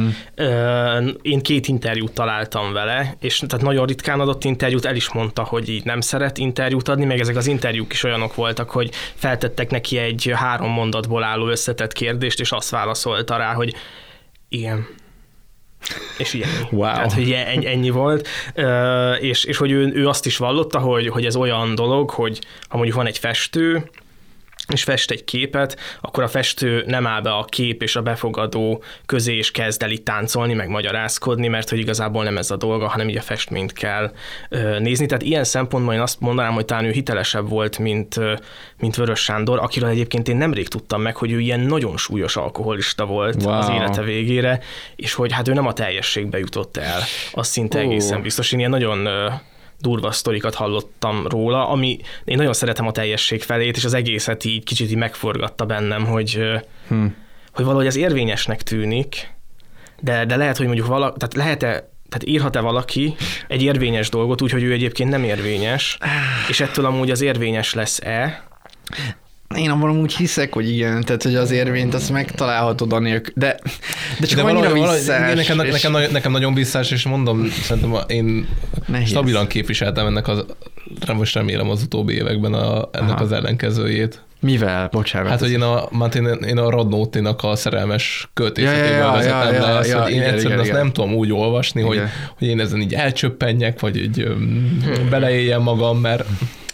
Én 2 interjút találtam vele, és tehát nagyon ritkán adott interjút, el is mondta, hogy így nem szeret interjút adni, meg ezek az interjúk is olyanok voltak, hogy feltettek neki egy 3 mondatból álló összetett kérdést, és azt válaszolta rá, hogy igen. És ilyen. Wow. Tehát, hogy ennyi volt, és hogy ő azt is vallotta, hogy ez olyan dolog, hogy ha mondjuk van egy festő, és fest egy képet, akkor a festő nem áll be a kép és a befogadó közé, és kezd el itt táncolni, meg magyarázkodni, mert hogy igazából nem ez a dolga, hanem így a festményt kell nézni. Tehát ilyen szempontból én azt mondanám, hogy talán ő hitelesebb volt, mint Vörös Sándor, akiről egyébként én nemrég tudtam meg, hogy ő ilyen nagyon súlyos alkoholista volt az élete végére, és hogy hát ő nem a teljességbe jutott el. Az szinte egészen biztos. Én ilyen nagyon durva sztorikat hallottam róla, ami én nagyon szeretem a teljesség felét, és az egészet így kicsit így megforgatta bennem, hogy valahogy ez érvényesnek tűnik, de lehet, hogy mondjuk tehát írhat-e valaki egy érvényes dolgot úgy, hogy ő egyébként nem érvényes, és ettől amúgy az érvényes lesz-e? Én abban úgy hiszek, hogy igen, tehát hogy az érvényt azt megtalálhatod anélkül, de csak annyira visszás. Nekem nagyon visszás, és mondom, szerintem én nehéz. Stabilan képviseltem ennek most remélem az utóbbi években ennek az ellenkezőjét. Mivel? Bocsánat. Hát, hogy én a Radnótinak a szerelmes költészetében vezetem le azt, hogy én egyszerűen azt nem tudom úgy olvasni, hogy én ezen így elcsöppenjek, vagy így beleéljem magam, mert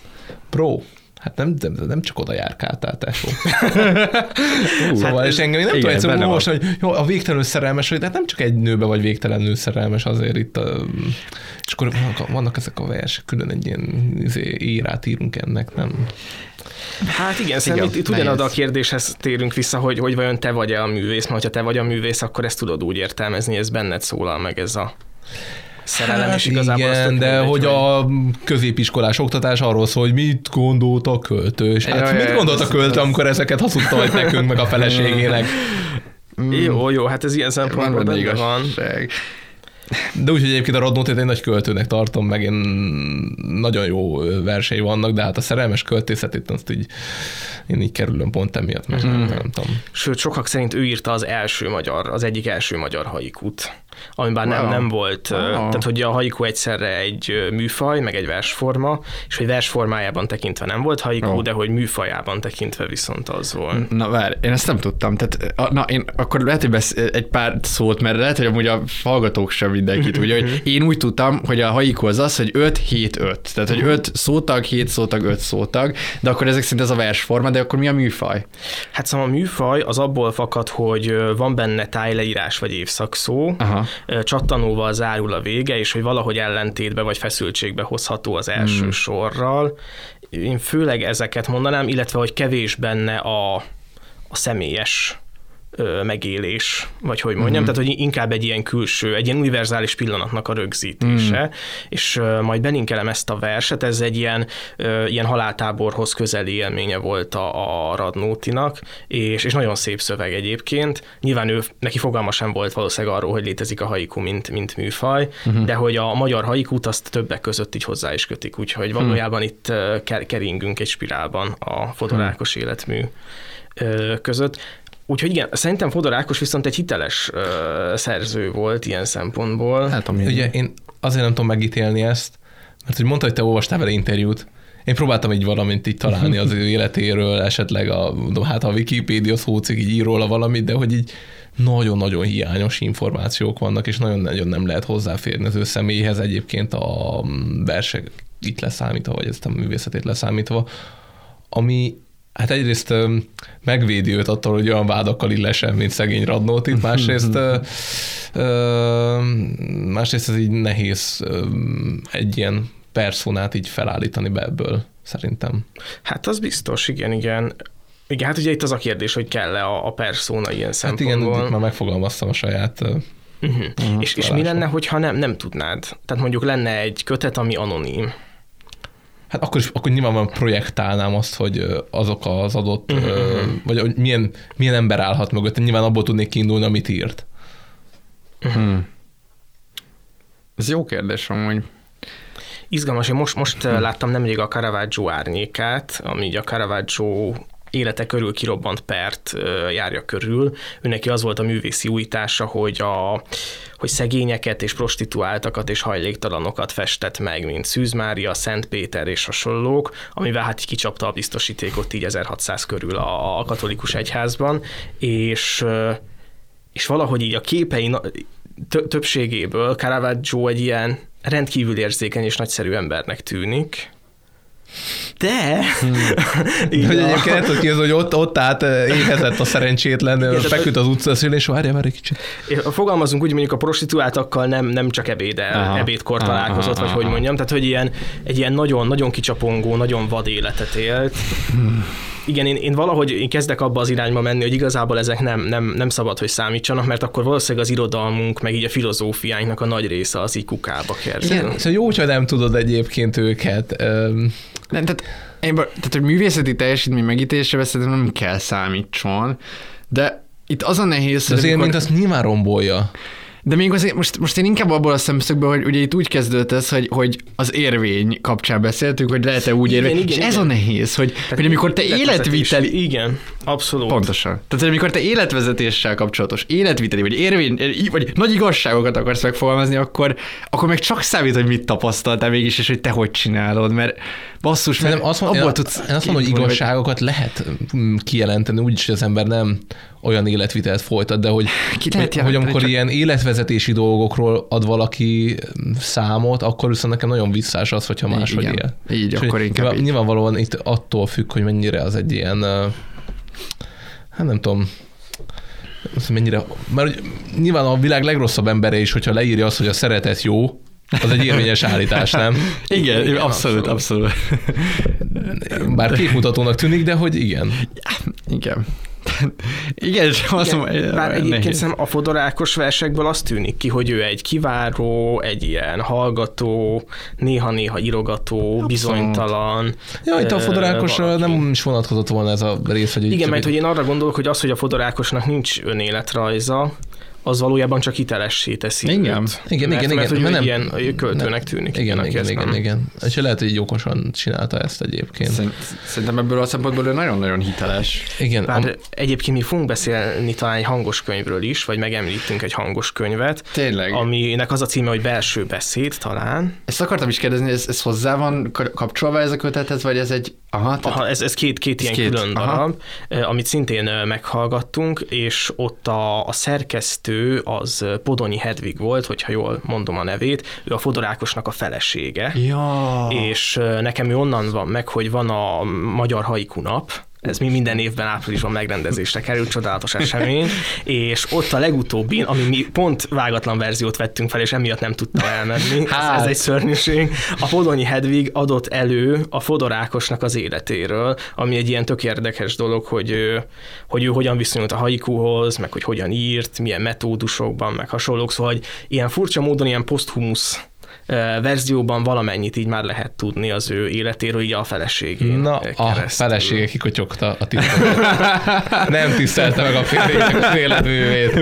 hát nem csak oda járkáltál, tesó. Szóval, és engem nem tudom egyszerűen olvasni, hogy jó, a végtelenül szerelmes, de hát nem csak egy nőbe vagy végtelenül szerelmes azért itt. És akkor vannak ezek a versek, külön egy ilyen írát írunk ennek, nem? Hát igen, szerintem itt ugyanoda a kérdéshez térünk vissza, hogy vajon te vagy-e a művész, mert ha te vagy a művész, akkor ezt tudod úgy értelmezni, ez benned szólal meg ez a szerelem, és igazából igen, de hogy a középiskolás oktatás arról szól, hogy mit gondolt a költő, és hát mit gondolt a költő, amikor ezeket hazudtalt nekünk, meg a feleségének. Jó, hát ez ilyen szempontból benne van. De úgyhogy egyébként a Radnótit egy nagy költőnek tartom, meg én nagyon jó versei vannak, de hát a szerelmes költészetét azt így én így kerülöm pont emiatt, mert nem tudom. Sőt, sokak szerint ő írta az egyik első magyar haikut. amiben nem volt, tehát hogy a haiku egyszerre egy műfaj, meg egy versforma, és hogy versformájában tekintve nem volt haiku, de hogy műfajában tekintve viszont az volt. Na várj, én ezt nem tudtam, tehát én akkor lehet, hogy egy pár szót, mert lehet, hogy amúgy a hallgatók sem mindenki tudja, hogy én úgy tudtam, hogy a haiku az, hogy 5-7-5, tehát hogy 5 szótag, 7 szótag, 5 szótag, de akkor ezek szerint ez a versforma, de akkor mi a műfaj? Hát szóval a műfaj az abból fakad, hogy van benne tájleírás vagy évszakszó, csattanóval zárul a vége, és hogy valahogy ellentétbe vagy feszültségbe hozható az első sorral. Én főleg ezeket mondanám, illetve hogy kevés benne a személyes megélés, vagy hogy mondjam, tehát hogy inkább egy ilyen külső, egy ilyen univerzális pillanatnak a rögzítése, és majd belinkelem ezt a verset, ez egy ilyen haláltáborhoz közeli élménye volt a Radnótinak, és nagyon szép szöveg egyébként. Nyilván neki fogalma sem volt valószínűleg arról, hogy létezik a haiku, mint műfaj, de hogy a magyar haikút azt többek között így hozzá is kötik, úgyhogy valójában itt keringünk egy spirálban a Fodor Ákos életmű között. Úgyhogy igen, szerintem Fodor Ákos viszont egy hiteles szerző volt ilyen szempontból. Hát, ugye én azért nem tudom megítélni ezt, mert hogy mondta, hogy te olvastál vele interjút. Én próbáltam így valamint így találni az ő életéről, esetleg a Wikipédia szócik így ír róla valamit, de hogy így nagyon-nagyon hiányos információk vannak, és nagyon-nagyon nem lehet hozzáférni az ő személyhez egyébként a versek itt leszámítva, vagy ezt a művészetét leszámítva, ami hát egyrészt megvédi őt attól, hogy olyan vádakkal illesen, mint szegény Radnótit, másrészt ez így nehéz egy ilyen personát így felállítani be ebből, szerintem. Hát az biztos, igen. Igen, hát ugye itt az a kérdés, hogy kell-e a persona ilyen szempontból. Hát igen, itt már megfogalmaztam a saját és mi lenne, hogyha nem tudnád? Tehát mondjuk lenne egy kötet, ami anonim. Hát akkor nyilvánvalóan projektálnám azt, hogy azok az adott, vagy hogy milyen ember állhat mögött. Nyilván abból tudnék kiindulni, amit írt. Ez jó kérdés amúgy. Izgalmas, én most láttam nemrég a Caravaggio árnyékát, ami így a Caravaggio élete körül kirobbant pert járja körül. Őneki az volt a művészi újítása, hogy szegényeket és prostituáltakat és hajléktalanokat festett meg, mint Szűz Mária, Szent Péter és hasonlók, amivel hát kicsapta a biztosítékot így 1600 körül a katolikus egyházban, és valahogy így a képei többségéből Caravaggio egy ilyen rendkívül érzékeny és nagyszerű embernek tűnik. De... Hogy egyébként nem tudod ki az, hogy ott át éhezett a szerencsétlen, feküdt az utcaszél, és várj egy kicsit. Fogalmazunk úgy, mondjuk a prostituáltakkal nem csak ebédkor találkozott, vagy hogy mondjam, tehát hogy egy ilyen nagyon, nagyon kicsapongó, nagyon vad életet élt. Igen, én valahogy kezdek abba az irányba menni, hogy igazából ezek nem szabad, hogy számítsanak, mert akkor valószínűleg az irodalmunk, meg így a filozófiánknak a nagy része az így kukába kerül. Igen, szóval jó, hogyha nem tudod egyébként őket. Tehát hogy művészeti teljesítmény megítélésre szerintem nem kell számítson, de itt az a nehéz, hogy... Az élményt azt nyilván rombolja. De még azért most én inkább abból a szemszögből, hogy ugye itt úgy kezdődött ez, hogy az érvény kapcsán beszéltünk, hogy lehet-e úgy érvény, és ez a nehéz, hogy amikor te életviteli... Igen, abszolút. Pontosan. Tehát, hogy amikor te életvezetéssel kapcsolatos életviteli, vagy érvény, vagy nagy igazságokat akarsz megfogalmazni, akkor meg csak számít, hogy mit tapasztaltál mégis, és hogy te hogy csinálod, mert basszus, mert abból tudsz... Én azt mondom, hogy igazságokat lehet kijelenteni, úgyis, hogy az ember nem olyan életvitelt folytat, de hogy amikor ilyen életvezetési dolgokról ad valaki számot, akkor viszont nekem nagyon visszás az, hogyha máshogy él. Így, akkor inkább így. Nyilvánvalóan itt attól függ, hogy mennyire az egy ilyen, hát nem tudom, mennyire, mert nyilván a világ legrosszabb embere is, hogyha leírja azt, hogy a szeretet jó, az egy érvényes állítás, nem? Igen, abszolút. Bár képmutatónak tűnik, de hogy igen. Igen. Igen, azt mondom, bár egyébként szerintem a Fodor Ákos versekből azt tűnik ki, hogy ő egy kiváró, egy ilyen hallgató, néha-néha írogató, abszolút. Bizonytalan. Ja, itt a Fodor Ákosra nem is vonatkozott volna ez a rész. Hogy igen, mert hogy én arra gondolok, hogy az, hogy a Fodor Ákosnak nincs önéletrajza, az valójában csak hitelessé teszi. Igen. Igen. Mert hogy nem, ilyen költőnek tűnik. Igen. És lehet, hogy okosan csinálta ezt egyébként. Szerintem ebből a szempontból ő nagyon-nagyon hiteles. Igen. Bár egyébként mi fogunk beszélni talán egy hangos könyvről is, vagy megemlítünk egy hangos könyvet. Tényleg. Aminek az a címe, hogy Belső beszéd talán. Ezt akartam is kérdezni, ez hozzá van kapcsolva ez a kötethez, vagy ez egy... Aha, ez két ilyen külön darab, amit szintén meghallgattunk, és ott a szerkesztő az Podonyi Hedvig volt, hogyha jól mondom a nevét, ő a Fodor Ákosnak a felesége. Ja. És nekem ő onnan van meg, hogy van a Magyar Haiku Nap, ez mi minden évben áprilisban megrendezésre kerül, csodálatos esemény, és ott a legutóbbi, ami mi pont vágatlan verziót vettünk fel, és emiatt nem tudtam elmenni, ez egy szörnyűség. A Podonyi Hedvig adott elő a Fodor Ákosnak az életéről, ami egy ilyen tök érdekes dolog, hogy ő hogyan viszonyult a haikuhoz, meg hogy hogyan írt, milyen metódusokban, meg hasonlók, szóval hogy ilyen furcsa módon, ilyen poszthumusz verzióban valamennyit így már lehet tudni az ő életéről, így a feleségén. Na, keresztül. a felesége kikotyogta a titkokat. Nem tisztelte meg a életművét.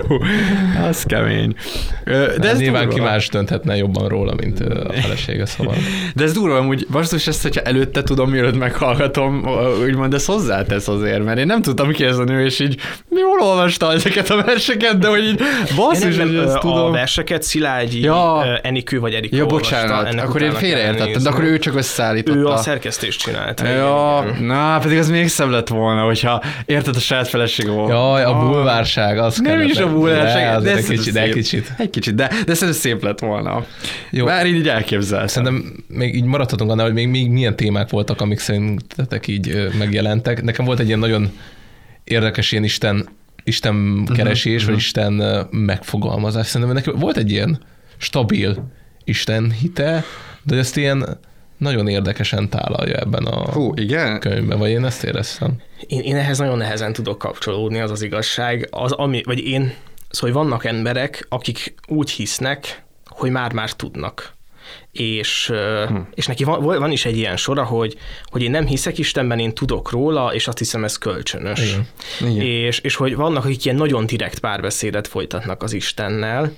Az kemény. De ez nyilván durva. ki más dönthetne jobban róla, mint a felesége, szóval. De ez durva, amúgy basszus ezt, hogyha előtte tudom, mielőtt meghallgatom, úgymond ez hozzátesz azért, mert én nem tudtam ki ez a nő, és így jól olvasta ezeket a verseket, de hogy így basszus, hogy ezt tudom. A verseket Szilágyi Enikő vagy Erika bocsánat, akkor én félreértettem, de akkor ő csak összeállította. Ő a szerkesztést csinálta. Ja, na, pedig az még szebb lett volna, hogyha érted a saját felesége volt. Jaj, a bulvárság, az nem is a bulvárság, de egy kicsit. Egy kicsit, de szerintem szép lett volna. Jó. Már így elképzeltem. Szerintem még így maradhatunk annál, hogy még milyen témák voltak, amik szerintetek így megjelentek. Nekem volt egy ilyen nagyon érdekes ilyen Isten keresés, vagy Isten megfogalmazás. Szerintem nekem volt egy ilyen stabil Isten hite, de ezt ilyen nagyon érdekesen tálalja ebben a könyvben, vagy én ezt éreztem. Én ehhez nagyon nehezen tudok kapcsolódni, az az igazság. Szóval vannak emberek, akik úgy hisznek, hogy már tudnak. És neki van is egy ilyen sora, hogy én nem hiszek Istenben, én tudok róla, és azt hiszem, ez kölcsönös. Igen. És hogy vannak, akik ilyen nagyon direkt párbeszédet folytatnak az Istennel,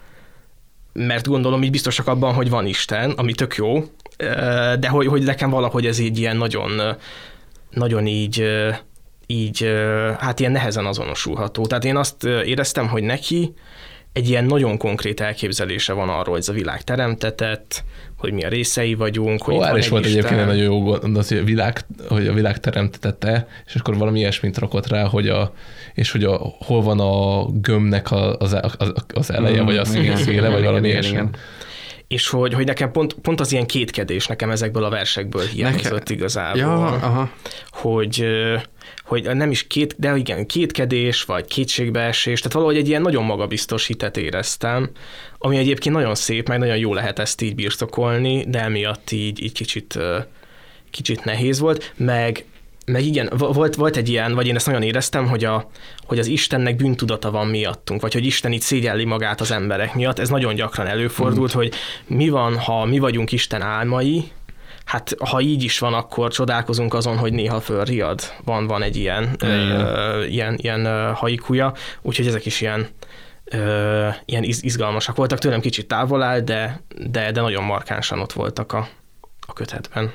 mert gondolom így biztosak abban, hogy van Isten, ami tök jó, de hogy nekem valahogy ez így ilyen nagyon így hát ilyen nehezen azonosulható. Tehát én azt éreztem, hogy neki egy ilyen nagyon konkrét elképzelése van arról, hogy ez a világ teremtetett, hogy mi a részei vagyunk, hogy erre is volt Isten. Egyébként nagyon jó gondolat, hogy a világ teremtetette, és akkor valami ilyesmit rakott rá, hogy hol van a gömbnek az eleje, vagy a széle, vagy valami ilyesmi. És hogy nekem pont az ilyen kétkedés nekem ezekből a versekből hiányzott igazából. Ja, aha. Hogy nem is de igen, kétkedés, vagy kétségbeesés, tehát valahogy egy ilyen nagyon magabiztos hitet éreztem, ami egyébként nagyon szép, meg nagyon jó lehet ezt így birtokolni, de emiatt így kicsit nehéz volt, meg igen, volt egy ilyen, vagy én ezt nagyon éreztem, hogy az Istennek bűntudata van miattunk, vagy hogy Isten így szégyelli magát az emberek miatt. Ez nagyon gyakran előfordult, hogy mi van, ha mi vagyunk Isten álmai, hát ha így is van, akkor csodálkozunk azon, hogy néha fölriad. Van egy ilyen haikuja, úgyhogy ezek is ilyen izgalmasak voltak. Tőlem kicsit távol áll, de nagyon markánsan ott voltak a kötetben.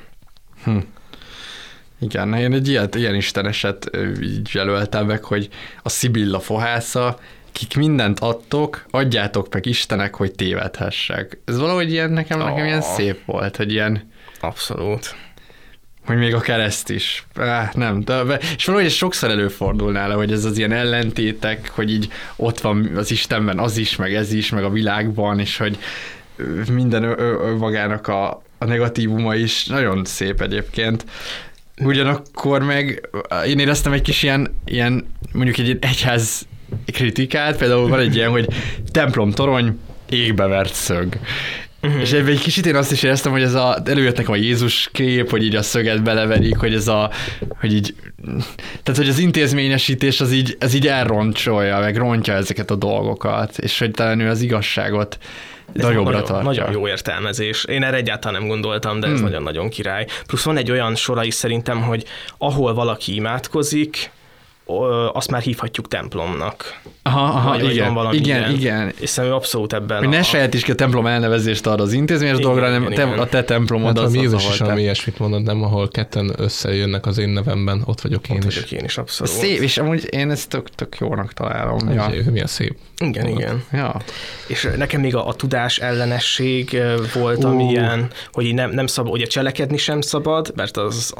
Igen, én egy ilyen isteneset így jelöltem meg, hogy a Szibilla fohásza, kik mindent adtok, adjátok meg Istenek, hogy tévedhessek. Ez valahogy ilyen nekem ilyen szép volt, hogy ilyen... Abszolút. Hogy még a kereszt is. Nem, és valahogy ez sokszor előfordul nála, hogy ez az ilyen ellentétek, hogy így ott van az Istenben az is, meg ez is, meg a világban, és hogy minden magának a negatívuma is nagyon szép egyébként. Ugyanakkor meg én éreztem egy kis ilyen mondjuk egy egyház kritikát, például van egy ilyen, hogy templomtorony, égbe vert szög. És ebben egy kicsit én azt is éreztem, hogy előjött nekem a Jézus kép, hogy így a szöget beleverik, hogy hogy így, tehát hogy az intézményesítés ez így elroncsolja, meg rontja ezeket a dolgokat, és hogy talán ő az igazságot nagyobbra tartja. Nagyon jó értelmezés. Én erre egyáltalán nem gondoltam, de ez nagyon-nagyon király. Plusz van egy olyan sora is szerintem, hogy ahol valaki imádkozik, azt már hívhatjuk templomnak. Aha, Vagy igen, van valami igen. És szerintem abszolút ebben hogy ne saját a templom elnevezést ad az intézményes dolgra, hanem a te templomod hát, az, Jézus ahol is valami ilyesmit mondod, nem, ahol ketten összejönnek az én nevemben, ott vagyok én is. Én is abszolút. Szép, és amúgy én ezt tök jónak találom. Ja. Mi a szép. Igen. Ja. És nekem még a tudás ellenesség volt, ami ilyen, hogy így nem szabad, ugye cselekedni sem szabad, mert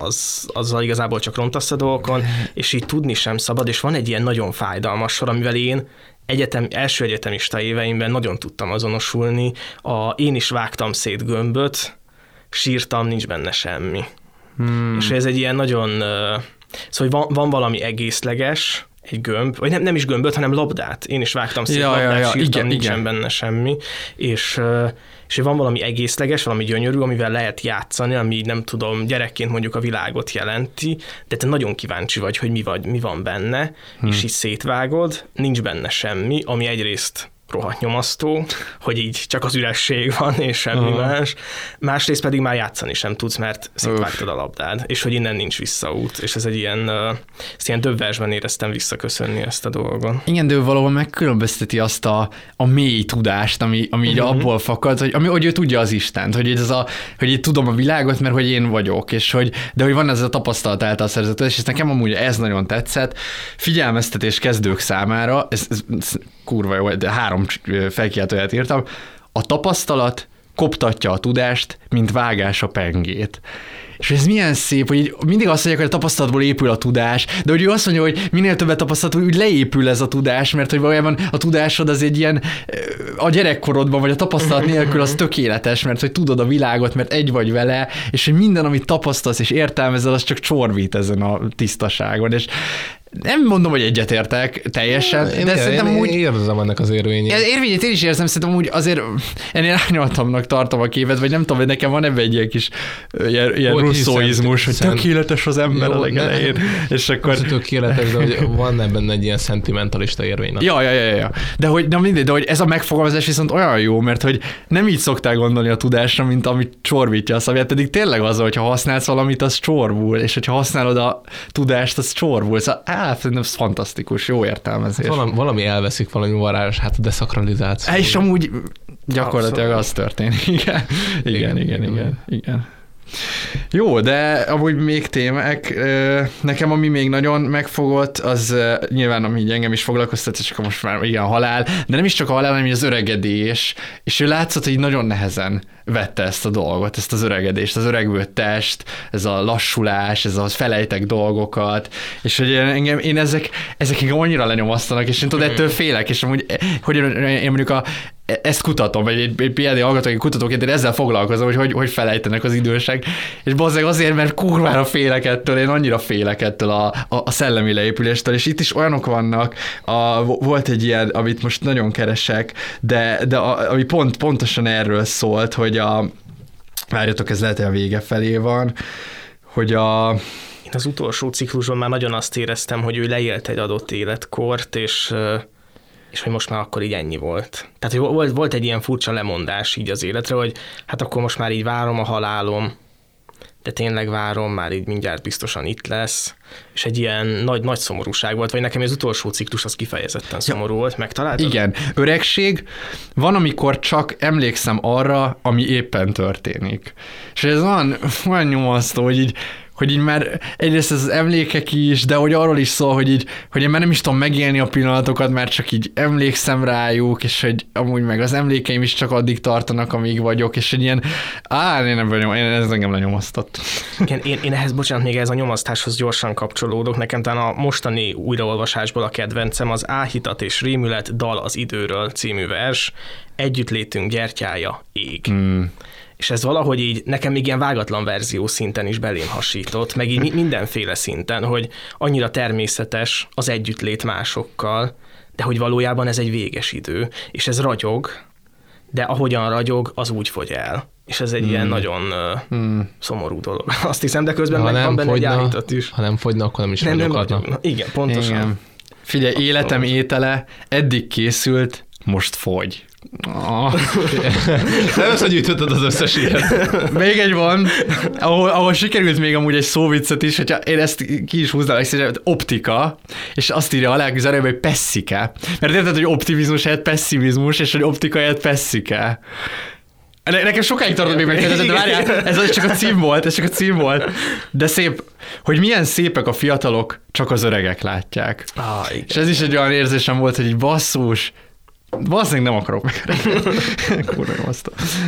azzal igazából csak rontasz a dolgokon, és így tudni sem szabad, és van egy ilyen nagyon fájdalmas sor, amivel én első egyetemista éveimben nagyon tudtam azonosulni. Én is vágtam szét gömböt, sírtam, nincs benne semmi. És ez egy ilyen nagyon... Szóval van valami egészleges, egy gömb, vagy nem is gömböt, hanem labdát. Én is vágtam szét labdát, sírtam, nincsen benne semmi. És van valami egészleges, valami gyönyörű, amivel lehet játszani, ami nem tudom, gyerekként mondjuk a világot jelenti, de te nagyon kíváncsi vagy, hogy mi van benne, és így szétvágod, nincs benne semmi, ami egyrészt rohadt nyomasztó, hogy így csak az üresség van, és semmi más. Másrészt pedig már játszani sem tudsz, mert szétvágtad a labdád, és hogy innen nincs visszaút, és ez egy ilyen döbbersben éreztem visszaköszönni ezt a dolgot. Igen, de ő valahol megkülönbözteti azt a mély tudást, ami így abból fakad, hogy ő tudja az Istent, hogy így tudom a világot, mert hogy én vagyok, de hogy van ez a tapasztalat által szerzett, és nekem amúgy ez nagyon tetszett. Figyelmeztetés kezdők számára, ez kurva jó, de 3 felkiáltóját írtam. A tapasztalat koptatja a tudást, mint vágás a pengét. És ez milyen szép, hogy így mindig azt mondják, hogy a tapasztalatból épül a tudás, de hogy ő azt mondja, hogy minél többet tapasztalat, úgy leépül ez a tudás, mert hogy valójában a tudásod az egy ilyen, a gyerekkorodban, vagy a tapasztalat nélkül az tökéletes, mert hogy tudod a világot, mert egy vagy vele, és hogy minden, amit tapasztalsz és értelmezel, az csak csorbít ezen a tisztaságon, és nem mondom, hogy egyetértek teljesen, de szerintem úgy... Én érzem ennek az érvényét. Érvényét én is érzem, szerintem úgy azért ennél árnyaltabbnak tartom a képet, vagy nem tudom, hogy nekem van ebben egy ilyen kis ilyen russzóizmus, hogy tökéletes az ember a legelején. És akkor... Tökéletes, de hogy van ebben egy ilyen szentimentalista érvény. Ja. De hogy ez a megfogalmazás viszont olyan jó, mert hogy nem így szoktál gondolni a tudásra, mint amit csorbítja a szavját, pedig tényleg az, hogyha használsz valamit, az csorbul, és hogyha használod a tudást, az csorbul. Szóval szerintem ez fantasztikus, jó értelmezés. Valami elveszik, valami varázs, hát a deszakralizáció. És amúgy gyakorlatilag az történik. Igen. Jó, de amúgy még témák. Nekem ami még nagyon megfogott, az nyilván ami engem is foglalkoztat, csak most már igen, a halál, de nem is csak a halál, hanem az öregedés, és ő látszott, hogy nagyon nehezen vette ezt a dolgot, ezt az öregedést, az öregvő test, ez a lassulás, ez a felejtek dolgokat, és hogy én ezek engem annyira lenyomasztanak, és én tudod, ettől félek, és amúgy, hogy én mondjuk ezt kutatom, vagy egy PhD hallgatói kutatóként én ezzel foglalkozom, hogy felejtenek az idősek, és bazzeg azért, mert kurvára félek ettől, én annyira félek ettől a szellemi leépüléstől, és itt is olyanok vannak, volt egy ilyen, amit most nagyon keresek, de ami pontosan erről szólt, hogy várjatok, ez lehet, hogy a vége felé van, hogy Én az utolsó ciklusban már nagyon azt éreztem, hogy ő leélt egy adott életkort, és hogy most már akkor így ennyi volt. Tehát hogy volt egy ilyen furcsa lemondás így az életre, hogy hát akkor most már így várom a halálom, de tényleg várom, már így mindjárt biztosan itt lesz, és egy ilyen nagy szomorúság volt, vagy nekem az utolsó ciklus az kifejezetten szomorú volt, megtaláltad? Igen, öregség, van, amikor csak emlékszem arra, ami éppen történik. És ez olyan nyomasztó, hogy így már egyrészt ez az emlékek is, de hogy arról is szól, hogy én már nem is tudom megélni a pillanatokat, mert csak így emlékszem rájuk, és hogy amúgy meg az emlékeim is csak addig tartanak, amíg vagyok, és egy ilyen, ez engem lenyomasztott. Igen, én ehhez, bocsánat, még ez a nyomasztáshoz gyorsan kapcsolódok. Nekem talán a mostani újraolvasásból a kedvencem az Áhítat és rémület, dal az időről című vers, együtt létünk gyertyája ég. És ez valahogy így nekem még ilyen vágatlan verzió szinten is belém hasított, meg így mindenféle szinten, hogy annyira természetes az együttlét másokkal, de hogy valójában ez egy véges idő, és ez ragyog, de ahogyan ragyog, az úgy fogy el. És ez egy ilyen nagyon szomorú dolog. Azt hiszem, de közben meg van benne egy Áhítat is. Ha nem fogyna, akkor nem is ragyoghatna. Igen, pontosan. Igen. Figyelj, életem étele eddig készült, most fogy. Nem összegyűjtötted az összes ilyet. Még egy van, ahol sikerült még amúgy egy szóviccet is, hogyha én ezt ki is húznám, optika, és azt írja alá közelőbb, hogy pessike. Mert érted, hogy optimizmus helyett pessimizmus, és hogy optika helyett pessike. Nekem sokáig tartott még megkérdezni, de várjál, ez csak a cím volt, de szép, hogy milyen szépek a fiatalok, csak az öregek látják. És ez is egy olyan érzésem volt, hogy így basszus, valószínűleg nem akarok meg. Kurva azt.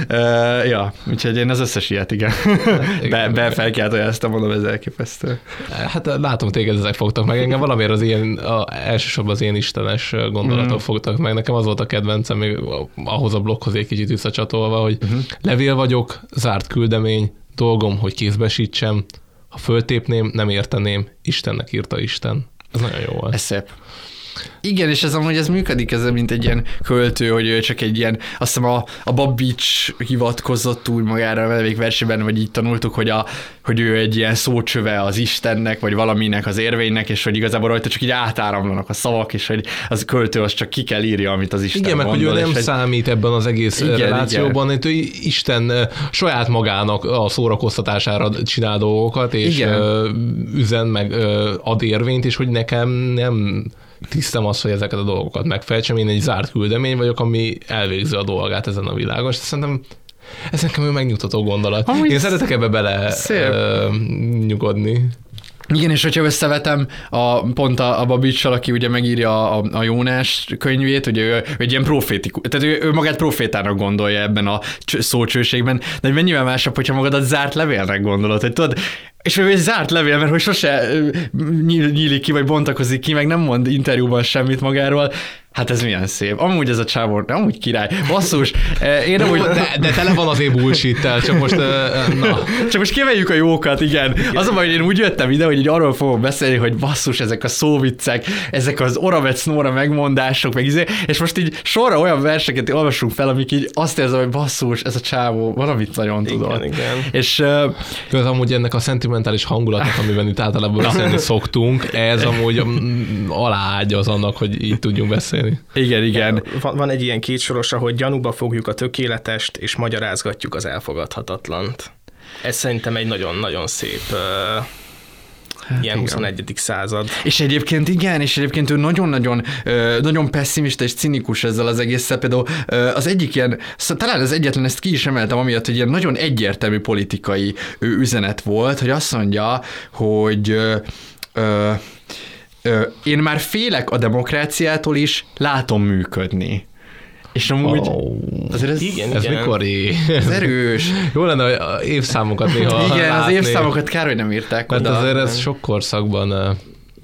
Ja, úgyhogy én az összes ilyet, igen. Felkiáltójáztam, mondom, ez elképesztő. Hát látom, téged ezek fogtak meg. Engem valamiért az ilyen, elsősorban az ilyen istenes gondolatok fogtak meg. Nekem az volt a kedvencem, még ahhoz a blokkhoz egy kicsit visszacsatolva, hogy levél vagyok, zárt küldemény, dolgom, hogy kézbesítsem, ha föltépném, nem érteném, Istennek írta Isten. Ez nagyon jó volt. Ez szép. Igen, és ez amúgy ez működik, ez mint egy ilyen költő, hogy ő csak egy ilyen, azt hiszem a Babics hivatkozott úgy magára a versében, vagy így tanultuk, hogy ő egy ilyen szócsöve az Istennek, vagy valaminek az érvénynek, és hogy igazából rajta csak így átáramlanak a szavak, és hogy az költő az csak ki kell írja, amit az Isten igen, gondol. meg hogy ő nem számít ebben az egész relációban, hogy Isten saját magának a szórakoztatására csinál dolgokat, és üzen, meg ad érvényt, és hogy nekem nem tisztem az, hogy ezeket a dolgokat megfejtsem. Én egy zárt küldemény vagyok, ami elvégzi a dolgát ezen a világon, és szerintem ez nekem megnyugtató gondolat. Én szeretek ebbe bele nyugodni. Igen, és hogyha összevetem pont a Babics-sal, aki ugye megírja a Jónás könyvét, ugye ő egy ilyen profétikus, tehát ő magát profétának gondolja ebben a szócsőségben, de mennyivel másabb, hogyha magadat zárt levélnek gondolod, hogy tudod, és ő egy zárt levél, mert hogy sose nyílik ki, vagy bontakozik ki, meg nem mond interjúban semmit magáról. Hát ez milyen szép. Amúgy ez a csávó, amúgy király. Basszus, én amúgy... De tele van azért bullshit-tel, csak most... Na. Csak most kiveljük a jókat, igen. Az a baj, hogy én úgy jöttem ide, hogy így arról fogok beszélni, hogy basszus, ezek a szóviccek, ezek az Oravec Nóra megmondások, meg és most így sorra olyan verseket olvasunk fel, amik így azt érzem, hogy basszus, ez a csávó valamit nagyon tudott. Igen. És... Ez amúgy ennek a szentimentális hangulatnak, amiben itt általában beszélni szoktunk, ez amúgy aláágy az annak, hogy így tudjunk beszélni. Igen. Van egy ilyen kétsoros, hogy gyanúba fogjuk a tökéletest, és magyarázgatjuk az elfogadhatatlant. Ez szerintem egy nagyon-nagyon szép ilyen 21. század. És egyébként ő nagyon pessimista és cinikus ezzel az egésszel. Például az egyik ilyen, talán az egyetlen, ezt ki is emeltem amiatt, hogy ilyen nagyon egyértelmű politikai üzenet volt, hogy azt mondja, hogy én már félek a demokráciától is, látom működni. És amúgy azért ez, ez mikori? Ez erős. Jó lenne, hogy évszámokat néha igen, látni. Az évszámokat kár, hogy nem írták mert oda. Mert azért ez sok korszakban...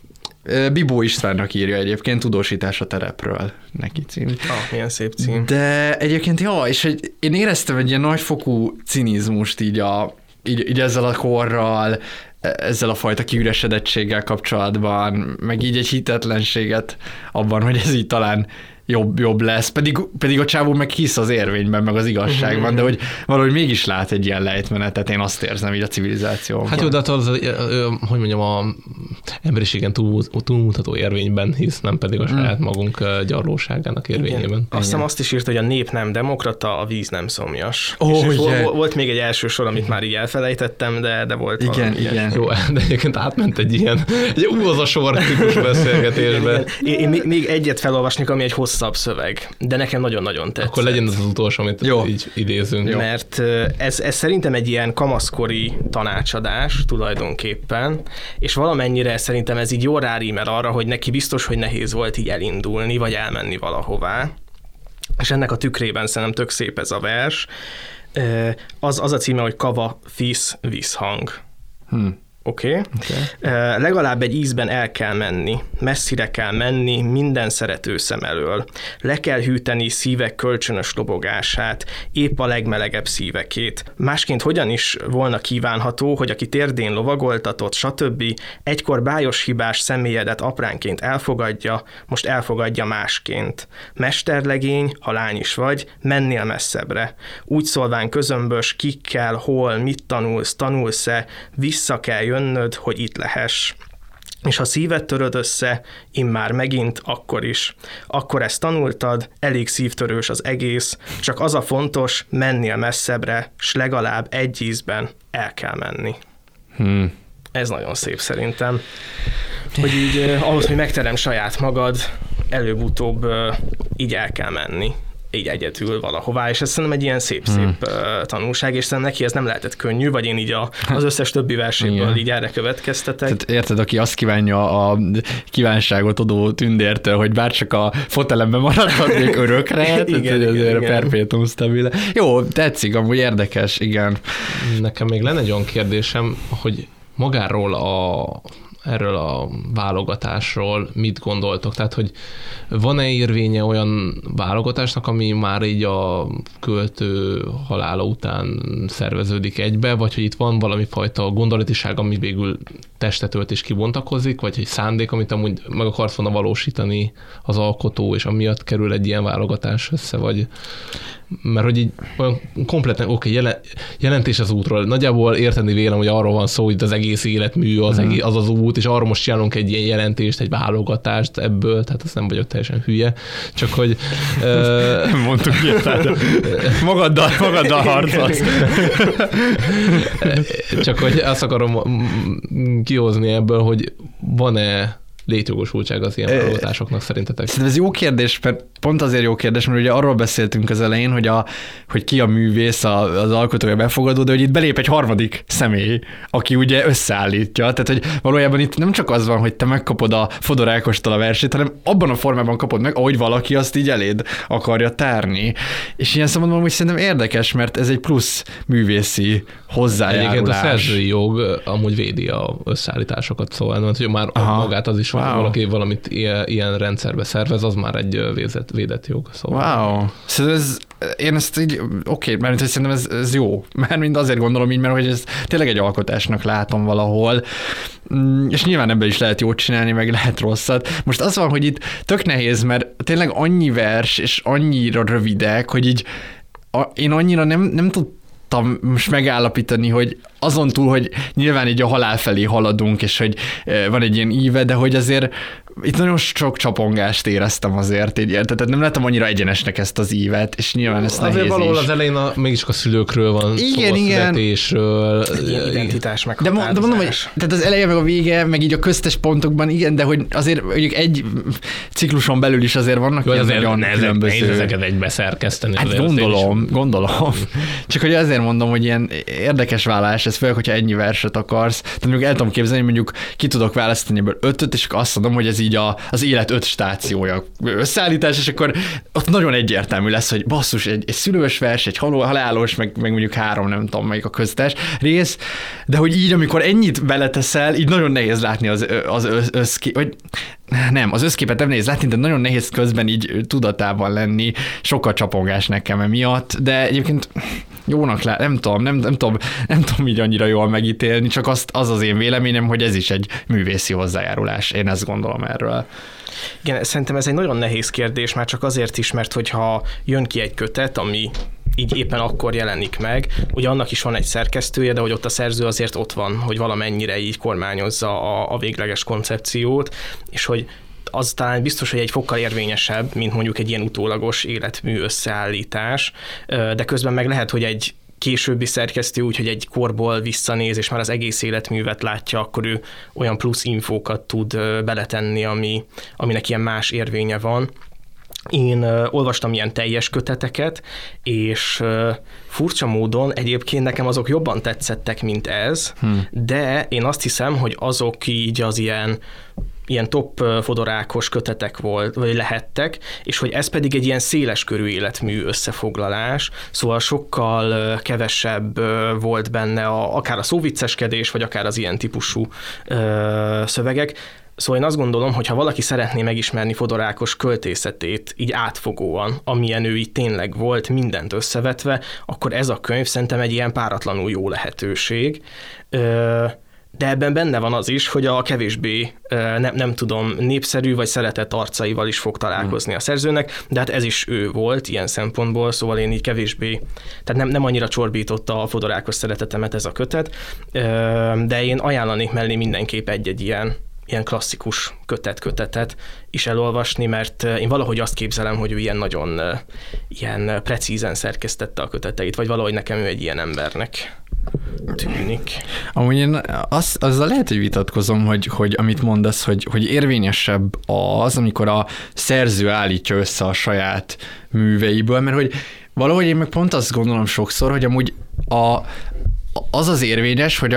Bibó Istvánnak írja egyébként, Tudósítás a terepről, neki cím. Milyen szép cím. De egyébként, és hogy én éreztem egy ilyen nagyfokú cinizmust így ezzel a korral, ezzel a fajta kiüresedettséggel kapcsolatban, meg így egy hitetlenséget abban, hogy ez így talán jobb lesz, pedig a csávó meg hisz az érvényben, meg az igazságban, de hogy valahogy mégis lát egy ilyen lejtmenetet, én azt érzem így a civilizációban. Hát jó, de hogy mondjam, a emberiségen túlmutató érvényben hisz, nem pedig a saját magunk gyarlóságának érvényében. Azt hiszem azt is írt, hogy a nép nem demokrata, a víz nem szomjas. Volt még egy első sor, amit már így elfelejtettem, de volt valami. Igen. Jó, de egyébként átment egy ilyen, az a sor típus beszélgetésbe. Én még egyet felolvasnék, ami egy hosszabb szöveg, de nekem nagyon-nagyon tetszett. Akkor legyen az utolsó, amit így idézünk. Jó. Mert ez szerintem egy ilyen kamaszkori tanácsadás tulajdonképpen, és valamennyire szerintem ez így jól rárímel arra, hogy neki biztos, hogy nehéz volt így elindulni, vagy elmenni valahová. És ennek a tükrében szerintem tök szép ez a vers. Az a címe, hogy Kava Fisz Visszhang. Oké. Legalább egy ízben el kell menni, messzire kell menni minden szerető szem elől. Le kell hűteni szívek kölcsönös lobogását, épp a legmelegebb szívekét. Másként hogyan is volna kívánható, hogy aki térdén lovagoltatott, stb. Egykor bájos hibás személyedet apránként elfogadja, most elfogadja másként. Mesterlegény, ha lány is vagy, mennél messzebbre. Úgy szólván közömbös, kikkel, hol, mit tanulsz-e, vissza kell jönnöd, hogy itt lehess. és ha szívet töröd össze, immár megint, akkor is. Akkor ezt tanultad, elég szívtörős az egész, csak az a fontos, mennél messzebbre, s legalább egy ízben el kell menni. Ez nagyon szép szerintem. Hogy így ahhoz, hogy megterem saját magad, előbb-utóbb így el kell menni. Így egyedül valahová, és ez szerintem egy ilyen szép tanulság, és szerintem neki ez nem lehetett könnyű, vagy én így az összes többi verséből így erre következtetek. Tehát érted, aki azt kívánja a kívánságot adó tündértől, hogy bárcsak a fotelemben maradhatnék örökre, igen. Perpétum stabile. Jó, tetszik, amúgy érdekes, igen. Nekem még lenne egy olyan kérdésem, hogy magáról erről a válogatásról mit gondoltok? Tehát, hogy van-e érvénye olyan válogatásnak, ami már így a költő halála után szerveződik egybe, vagy hogy itt van valami fajta gondolatiság, ami végül testet ölt és kibontakozik, vagy egy szándék, amit amúgy meg akarsz volna valósítani az alkotó, és amiatt kerül egy ilyen válogatás össze, vagy... Mert hogy így olyan kompletten, jelentés az útról. Nagyjából érteni vélem, hogy arról van szó, hogy az egész életmű, az út, és arról most csinálunk egy ilyen jelentést, egy válogatást ebből, tehát azt nem vagyok teljesen hülye, csak hogy... Nem mondtuk ilyet, tehát magaddal harcolsz. Csak hogy azt akarom kihozni ebből, hogy van-e létjogosultság az ilyen válogatásoknak szerintetek? Szerintem ez jó kérdés, mert pont azért jó kérdés, mert ugye arról beszéltünk az elején, hogy ki a művész, az alkotója, befogadó, de hogy itt belép egy harmadik személy, aki ugye összeállítja. Tehát, hogy valójában itt nem csak az van, hogy te megkapod a Fodor Ákostól a versét, hanem abban a formában kapod meg, ahogy valaki azt így eléd akarja tárni. És ilyen szempontból úgy szerintem érdekes, mert ez egy plusz művészi hozzájárulás. Egyébként a szerzői jog amúgy védi a összeállításokat, szóval hogy már magát az is, hogy valaki valamit ilyen rendszerbe szervez, az már egy védett jog. Szóval. Wow. Szóval én ezt így, mert szerintem ez jó. Mert azért gondolom így, mert hogy ez tényleg egy alkotásnak látom valahol, és nyilván ebben is lehet jót csinálni, meg lehet rosszat. Most az van, hogy itt tök nehéz, mert tényleg annyi vers, és annyira rövidek, hogy így én annyira nem tudtam most megállapítani, hogy azon túl, hogy nyilván így a halál felé haladunk, és hogy van egy ilyen íve, de hogy azért itt nagyon sok csapongást éreztem azért, így érted? Tehát nem lettem annyira egyenesnek ezt az ívet, és nyilván ez nehéz azért valahol is. Az elején mégis a szülőkről van szó, a születésről. Identitás meghatározás. De mondom, hogy tehát az eleje meg a vége, meg így a köztes pontokban, igen, de hogy azért mondjuk egy cikluson belül is azért vannak ilyen nagyon különböző. Ezeket egybe szerkeszteni. Hát gondolom. Csak hogy azért mondom, hogy ilyen érdekes vállás ez, főleg, hogyha ennyi verset akarsz. Tehát mondjuk el tudom képzelni, mondjuk ki tudok választani ebből 5-öt, és akkor azt mondom, hogy ez így az élet 5 stációja összeállítás, és akkor ott nagyon egyértelmű lesz, hogy basszus, egy szülős vers, egy halálos, meg mondjuk 3, nem tudom, melyik a köztes rész, de hogy így, amikor ennyit beleteszel, így nagyon nehéz látni az összképet, nem, az összképet nem nehéz látni, de nagyon nehéz közben így tudatában lenni, sokkal csapongás nekem emiatt, de egyébként jónak nem tudom így annyira jól megítélni, csak az én véleményem, hogy ez is egy művészi hozzájárulás. Én ezt gondolom erről. Igen, szerintem ez egy nagyon nehéz kérdés, már csak azért is, mert hogyha jön ki egy kötet, ami így éppen akkor jelenik meg, ugye annak is van egy szerkesztője, de hogy ott a szerző azért ott van, hogy valamennyire így kormányozza a végleges koncepciót, és hogy az talán biztos, hogy egy fokkal érvényesebb, mint mondjuk egy ilyen utólagos életmű összeállítás, de közben meg lehet, hogy egy későbbi szerkesztő, úgyhogy egy korból visszanéz, és már az egész életművet látja, akkor ő olyan plusz infókat tud beletenni, aminek ilyen más érvénye van. Én olvastam ilyen teljes köteteket, és furcsa módon egyébként nekem azok jobban tetszettek, mint ez, de én azt hiszem, hogy azok így az ilyen top Fodor Ákos kötetek volt, vagy lehettek, és hogy ez pedig egy ilyen széleskörű életmű összefoglalás, szóval sokkal kevesebb volt benne akár a szóvicceskedés, vagy akár az ilyen típusú szövegek. Szóval én azt gondolom, hogy ha valaki szeretné megismerni Fodor Ákos költészetét így átfogóan, amilyen ő így tényleg volt, mindent összevetve, akkor ez a könyv szerintem egy ilyen páratlanul jó lehetőség. De ebben benne van az is, hogy a kevésbé, nem tudom, népszerű vagy szeretett arcaival is fog találkozni a szerzőnek, de hát ez is ő volt ilyen szempontból, szóval én így kevésbé, tehát nem annyira csorbította a Fodor Ákos szeretetemet ez a kötet, de én ajánlanék mellé mindenképp egy ilyen ilyen klasszikus kötetet is elolvasni, mert én valahogy azt képzelem, hogy ő ilyen nagyon ilyen precízen szerkesztette a köteteit, vagy valahogy nekem ő egy ilyen embernek tűnik. Amúgy én azzal lehet, hogy vitatkozom, hogy amit mondasz, hogy érvényesebb az, amikor a szerző állítja össze a saját műveiből, mert hogy valahogy én meg pont azt gondolom sokszor, hogy amúgy az érvényes, hogy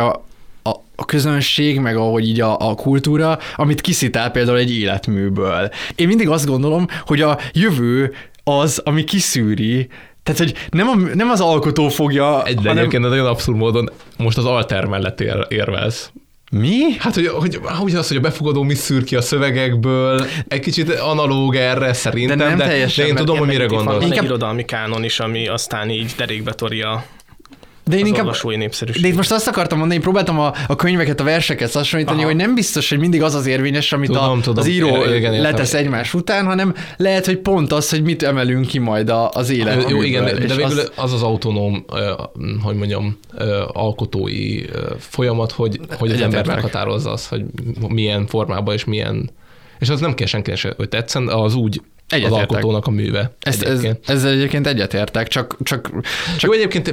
a közönség, meg ahogy így a kultúra, amit kiszitál például egy életműből. Én mindig azt gondolom, hogy a jövő az, ami kiszűri. Tehát, hogy nem az alkotó fogja, hanem... Egyébként nagyon abszurd módon most az alter mellett érvelsz. Mi? Hát, hogy az, hogy a befogadó mi szűr ki a szövegekből, egy kicsit analóg erre szerintem, de, nem teljesen, de én tudom, hogy mire gondolsz. Van egy irodalmi kánon is, ami aztán így derékbe torja de én az olvasói népszerűség. De én most azt akartam mondani, én próbáltam a könyveket, a verseket hasonlítani, hogy nem biztos, hogy mindig az érvényes, amit tudom. Az író letesz egymás után, hanem lehet, hogy pont az, hogy mit emelünk ki majd az életműből. Jó, igen, de végül az autonóm, hogy mondjam, alkotói folyamat, hogy az ember meghatározza azt, hogy milyen formában és milyen, és az nem kell senkinek se, hogy tetszen, az úgy az alkotónak a műve. Ezzel egyébként egyetértek, csak... Jó, egyébként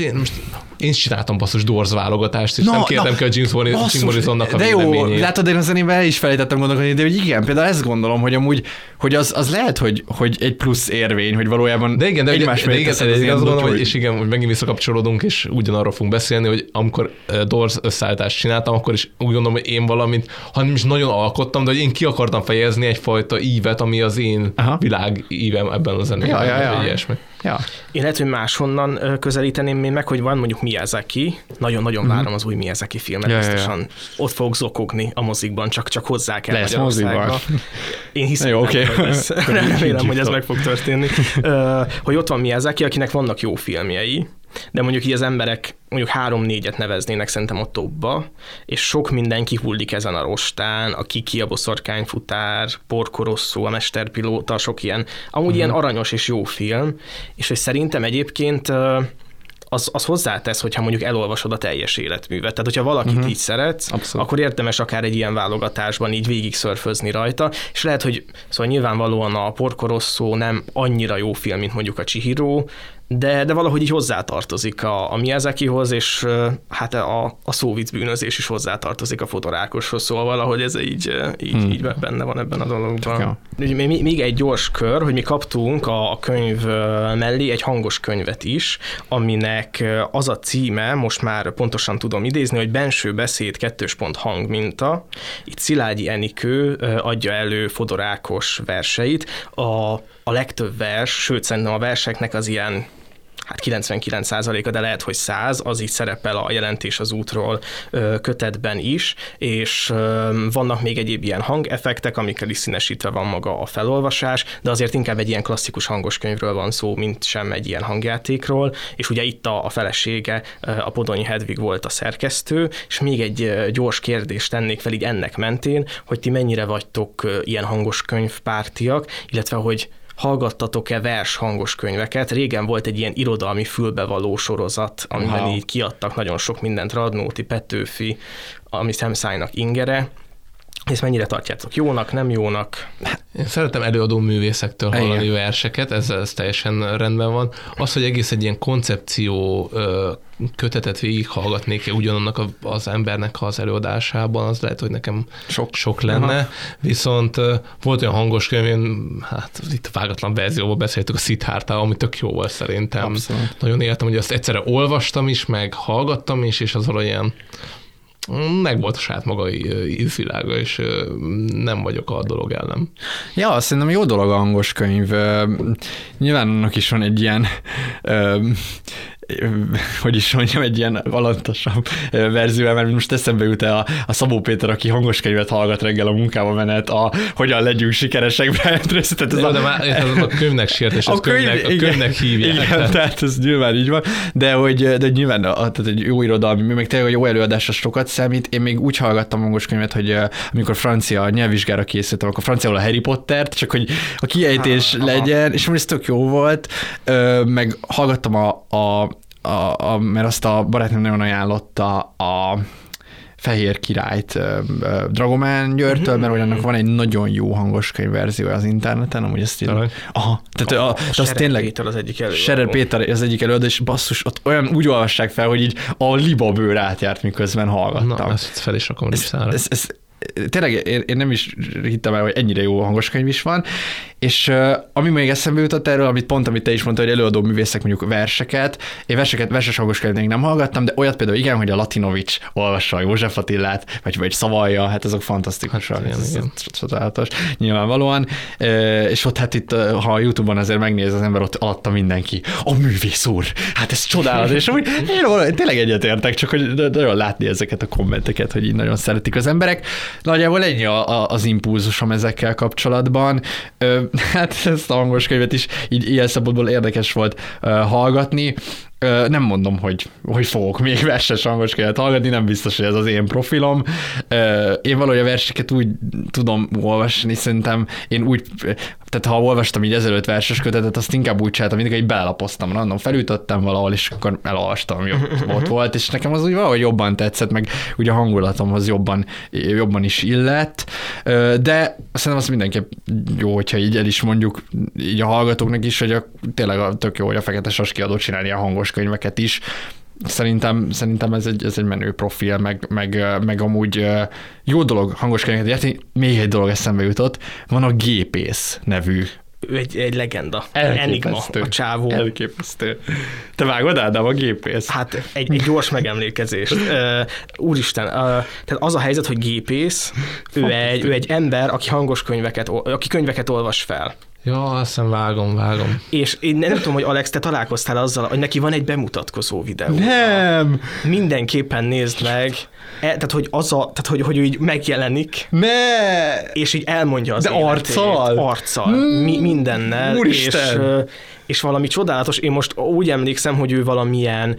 én is csináltam basszus Doors válogatást, és nem kértem ki a Jim Morrisonnak a véleményét. De jó, látod, én azért el is felejtettem gondolkodni, de hogy igen, például ezt gondolom, hogy amúgy, hogy az lehet, hogy egy plusz érvény, hogy valójában de igen, egymás mellé teszed az ilyen dolgot. És igen, hogy megint visszakapcsolódunk, és ugyanarról fogunk beszélni, hogy amikor Doors összeállítást csináltam, akkor is úgy gondolom, hogy én valamit, ha nem is nagyon alkottam, de hogy én ki akartam fejezni egyfajta ívet, ami az én világ ívem ebben a zenében. Ja. Én lehet, hogy máshonnan közelíteném még meg, hogy van mondjuk Miyazaki, nagyon-nagyon várom az új Miyazaki filmet, biztosan ott fog zokogni a mozikban, csak hozzá kell Magyarországba. Én hiszem, remélem, hogy ez meg fog történni. Hogy ott van Miyazaki, akinek vannak jó filmjei, de mondjuk így az emberek mondjuk 3-4-et neveznének szerintem a topba, és sok minden kihullik ezen a rostán, a Kiki, a boszorkányfutár, Porco Rosso, a Mesterpilóta, sok ilyen, amúgy ilyen aranyos és jó film, és hogy szerintem egyébként az hozzátesz, hogyha mondjuk elolvasod a teljes életművet. Tehát, hogyha valakit így szeretsz, akkor érdemes akár egy ilyen válogatásban így végig szörfözni rajta, és lehet, hogy szóval nyilvánvalóan a Porco Rosso nem annyira jó film, mint mondjuk a Chihiro, de valahogy így hozzátartozik a Miyazakihoz, és hát a szóvicbűnözés is hozzátartozik a Fotorákoshoz, szóval valahogy ez így benne van ebben a dologban. Még egy gyors kör, hogy mi kaptunk a könyv mellé egy hangos könyvet is, aminek az a címe, most már pontosan tudom idézni, hogy Benső beszéd hangminta. Itt Szilágyi Enikő adja elő Fodor Ákos verseit. A legtöbb vers, sőt szerintem a verseknek az ilyen 99%-a, de lehet, hogy 100, az így szerepel a Jelentés az útról kötetben is, és vannak még egyéb ilyen hangeffektek, amikkel is színesítve van maga a felolvasás, de azért inkább egy ilyen klasszikus hangos könyvről van szó, mint sem egy ilyen hangjátékról, és ugye itt a felesége, a Podonyi Hedvig volt a szerkesztő, és még egy gyors kérdést tennék fel így ennek mentén, hogy ti mennyire vagytok ilyen hangos könyvpártiak, illetve hogy hallgattatok-e vers hangos könyveket? Régen volt egy ilyen irodalmi fülbevaló sorozat, amiben így kiadtak nagyon sok mindent, Radnóti, Petőfi, ami Szemszájnak ingere. Ezt mennyire tartjátok jónak, nem jónak? Én szeretem előadó művészektől hallani verseket, ez teljesen rendben van. Az, hogy egész egy ilyen koncepció kötetet végighallgatnék ugyanannak az embernek az előadásában, az lehet, hogy nekem sok lenne. Viszont volt olyan hangos könyv, hát itt a vágatlan verzióban beszéltük a Szidhártával, ami tök jó volt szerintem. Abszolút. Nagyon éltem, hogy azt egyszerre olvastam is, meg hallgattam is, és az olyan meg volt a saját maga ízvilága, és nem vagyok a dolog ellen. Ja, szerintem jó dolog a hangos könyv. Nyilván annak is van egy ilyen hogy is mondjam, egy ilyen alantasabb verzió, mert most eszembe jut a Szabó Péter, aki hangos könyvet hallgat reggel a munkába menet, hogyan legyünk sikeresek. De már ez a könyvnek sértés, a könyvnek hívják. Igen, tehát ez nyilván így van, de nyilván tehát egy jó irodalmi, meg tényleg jó előadásra sokat számít. Én még úgy hallgattam hangos könyvet, hogy amikor francia nyelvvizsgára készültem, akkor franciául a Harry Pottert, csak hogy a kiejtés legyen, és most ez tök jó volt, meg hallgattam mert azt a barátnőm nagyon ajánlotta a Fehér Királyt Dragomán Györgytől, mert olyannak van egy nagyon jó hangos könyvverzió az interneten, amúgy ezt így... Aha, tehát az tényleg... Péter az egyik előadó. Scherer Péter az egyik előadó, és basszus, ott olyan úgy olvassák fel, hogy így a libabőr átjárt, miközben hallgattam. Na, ezt fel is rakom listára. Tényleg én nem is hittem el, hogy ennyire jó hangos könyv is van, és ami még eszembe jutott erről, amit te is mondtad, hogy előadó művészek mondjuk verseket, én verses hangos könyvet nem hallgattam, de olyat például igen, hogy a Latinovics olvassa a József Attilát, vagy szavalja, hát azok fantasztikusak, hát, ez csodálatos, nyilvánvalóan, és ott hát itt, ha a YouTube-on azért megnéz az ember, ott alatta mindenki, a művész úr, hát ez csodálatos, és amúgy én tényleg egyetértek, csak hogy nagyon látni ezeket a kommenteket, hogy így nagyon szeretik az emberek. Nagyjából ennyi az impulzusom ezekkel kapcsolatban. Hát ezt a hangos könyvet is így ilyen szempontból érdekes volt hallgatni. Nem mondom, hogy fogok még verses hangos könyvet hallgatni, nem biztos, hogy ez az én profilom. Én valahogy a verseket úgy tudom olvasni, szerintem én úgy, tehát ha olvastam így ezelőtt verses kötetet, azt inkább úgy csináltam, mindig, hogy belelapoztam, random felütöttem valahol, és akkor elolvastam, ami ott volt, és nekem az úgy valahogy jobban tetszett, meg ugye a hangulatomhoz jobban is illett, de szerintem az mindenképp jó, hogyha így el is mondjuk így a hallgatóknak is, hogy tényleg tök jó, hogy a Fekete Sas kiadó csinálni a hangos könyveket is. Szerintem ez egy menő profil, meg amúgy jó dolog hangos könyveket írni. Még egy dolog eszembe jutott, van a Gépész nevű. Ő egy legenda, enigma a csávó. Elképesztő. Te vágod, Ádám, a Gépész? Hát egy gyors megemlékezést. Úristen, tehát az a helyzet, hogy Gépész, ő egy ember, aki aki könyveket olvas fel. Ja, azt hiszem vágom. És én nem tudom, hogy Alex, te találkoztál azzal, hogy neki van egy bemutatkozó videó. Nem! Mindenképpen nézd meg. Tehát, hogy ő így megjelenik. Ne! És így elmondja az de életét. Arccal. Mindennel. Úristen! És valami csodálatos, én most úgy emlékszem, hogy ő valamilyen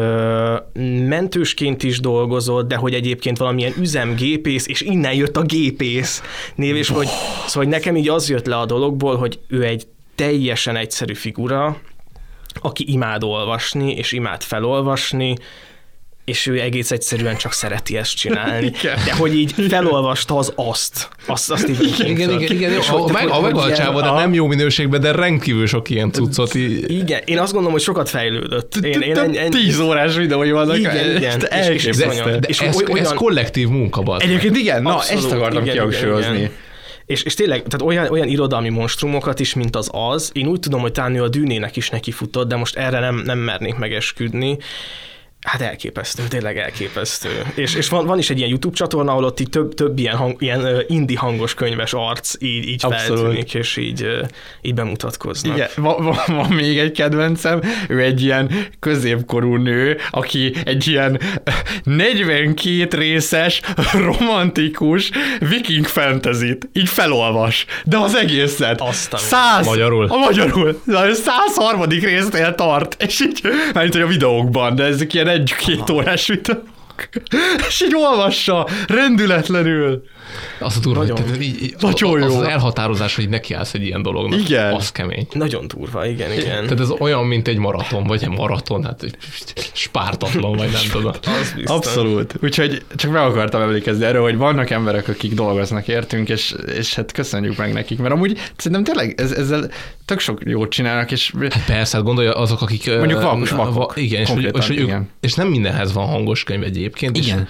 mentősként is dolgozott, de hogy egyébként valamilyen üzemgépész, és innen jött a Gépész név, és hogy nekem így az jött le a dologból, hogy ő egy teljesen egyszerű figura, aki imád olvasni, és imád felolvasni, és ő egész egyszerűen csak szereti ezt csinálni. De hogy így felolvasta azt Stephen King-től. Igen. A megvalcsában, de nem jó minőségben, de rendkívül sok ilyen cuccot. Igen, én azt gondolom, hogy sokat fejlődött. 10 órás videói vannak. Igen. Ez kollektív munka. Egyébként igen, na ezt akartam kihangsúlyozni. És tényleg, tehát olyan irodalmi monstrumokat is, mint az, én úgy tudom, hogy talán ő a Dűnének is nekifutott, de most erre nem mernék megesküdni. Hát elképesztő, tényleg elképesztő. És van is egy ilyen YouTube csatorna, ahol ott így több ilyen indie hangos könyves arc így feltűnik, és így bemutatkoznak. Igen, van még egy kedvencem, ő egy ilyen középkorú nő, aki egy ilyen 42 részes, romantikus viking fantasyt így felolvas, de az egészet. 100 magyarul. A magyarul. 103. résznél tart, és így, mert hogy a videókban, de ezek ilyen 1-2 órás videók. És így olvassa, rendületlenül. Azt a durva, nagyon jó. Az elhatározás, hogy nekiállsz egy ilyen dolognak, igen. Az kemény. Nagyon durva, igen. Tehát ez olyan, mint egy maraton, vagy egy maraton, hát spártatlan, vagy nem tudom. Abszolút. Úgyhogy csak meg akartam emlékezni erről, hogy vannak emberek, akik dolgoznak értünk, és hát köszönjük meg nekik, mert amúgy szerintem tényleg ezzel tök sok jót csinálnak, és... Hát persze, hát gondolja azok, akik... Mondjuk vakok. Igen, és nem mindenhez van hangos könyv egyébként. Igen.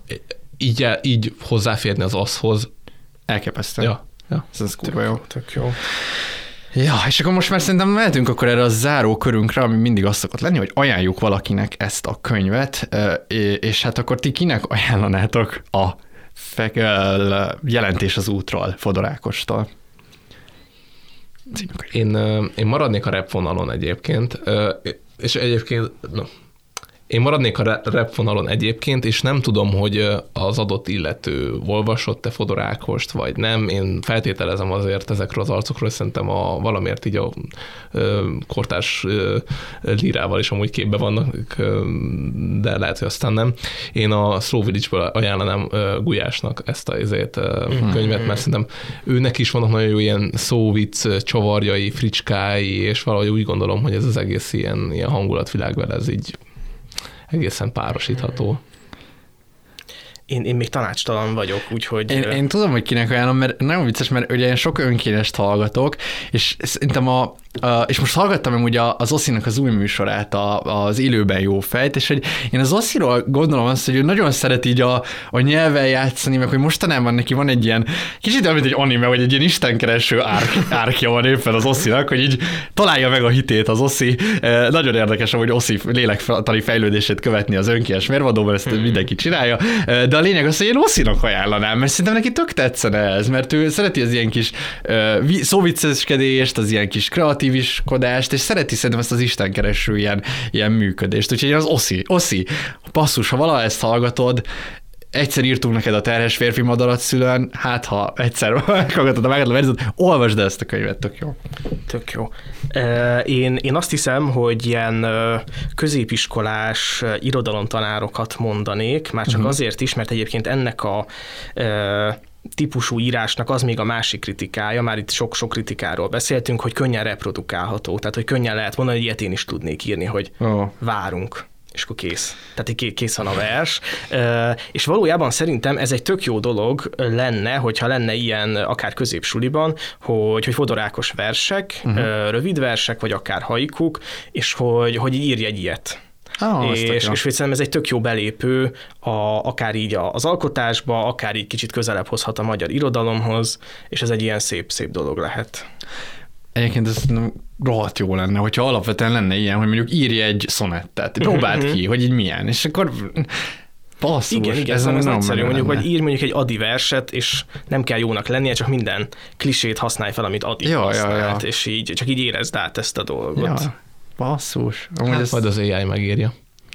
Így hozzáférni az aszhoz. Elképesztő. Ja. Ez kurva jó. Tök jó. Ja, és akkor most már szerintem mehetünk akkor erre a záró körünkre, ami mindig az szokott lenni, hogy ajánljuk valakinek ezt a könyvet, és hát akkor ti kinek ajánlanátok a Jelentés az útról, Fodor Ákostól? Én maradnék a rap vonalon egyébként, és egyébként... Én maradnék a rap vonalon egyébként, és nem tudom, hogy az adott illető olvasott-e Fodor Ákost, vagy nem. Én feltételezem azért ezekről az arcokról, szerintem valamiért így a kortárs lírával is amúgy képbe vannak, de lehet, hogy aztán nem. Én a Slow Village-ből ajánlanám Gulyásnak ezt a könyvet, mert szerintem őnek is vannak nagyon jó ilyen szóvic, csavarjai, fricskái, és valahogy úgy gondolom, hogy ez az egész ilyen hangulatvilágban ez így egészen párosítható. én még tanácstalan vagyok, úgyhogy... Én tudom, hogy kinek ajánlom, mert nagyon vicces, mert ugye én sok önkénest hallgatok, és szerintem és most hallgattam amúgy az Oszinak az új műsorát, az Élőben jó fejt, és hogy én az Osziról gondolom azt, hogy ő nagyon szeret így a nyelven játszani, meg hogy mostanában neki van egy ilyen, kicsit olyan, mint egy anime, vagy egy ilyen istenkereső árkja van éppen az Oszinak, hogy így találja meg a hitét az Oszi. Nagyon érdekes, hogy Oszi lélektani fejlődését követni az önkéntes mérvadóban, ezt mindenki csinálja, de a lényeg az, hogy én Oszinak ajánlanám, mert szerintem neki tök tetszene ez, mert ő szereti az ilyen kis szóvicceskedést, az ilyen kis kreatíviskodást, és szereti szerintem ezt az istenkereső ilyen működést. Úgyhogy én az Oszi, basszus, ha valaha ezt hallgatod, egyszer írtunk neked a Terhes férfi madarat szülőn, hát ha egyszer meghallgatod a vágatlan verziót, olvasd el ezt a könyvet, tök jó. Tök jó. Én azt hiszem, hogy ilyen középiskolás irodalomtanárokat mondanék, már csak azért is, mert egyébként ennek a típusú írásnak az még a másik kritikája, már itt sok-sok kritikáról beszéltünk, hogy könnyen reprodukálható, tehát hogy könnyen lehet mondani, hogy ilyet én is tudnék írni, hogy várunk, és akkor kész. Tehát kész van a vers. És valójában szerintem ez egy tök jó dolog lenne, hogyha lenne ilyen akár középsuliban, hogy fodorákos versek, rövid versek, vagy akár haikuk, és hogy írj egy ilyet. És szerintem ez egy tök jó belépő akár így az alkotásba, akár így kicsit közelebb hozhat a magyar irodalomhoz, és ez egy ilyen szép dolog lehet. Egyébként ez rohadt jó lenne, hogyha alapvetően lenne ilyen, hogy mondjuk írj egy szonettet, próbáld ki, hogy így milyen, és akkor basszus. Igen, ez nagyszerű, vagy írj mondjuk egy Ady verset, és nem kell jónak lennie, csak minden klisét használj fel, amit Ady használt, és így, csak így érezd át ezt a dolgot. Ja. Basszus. Majd az AI megírja.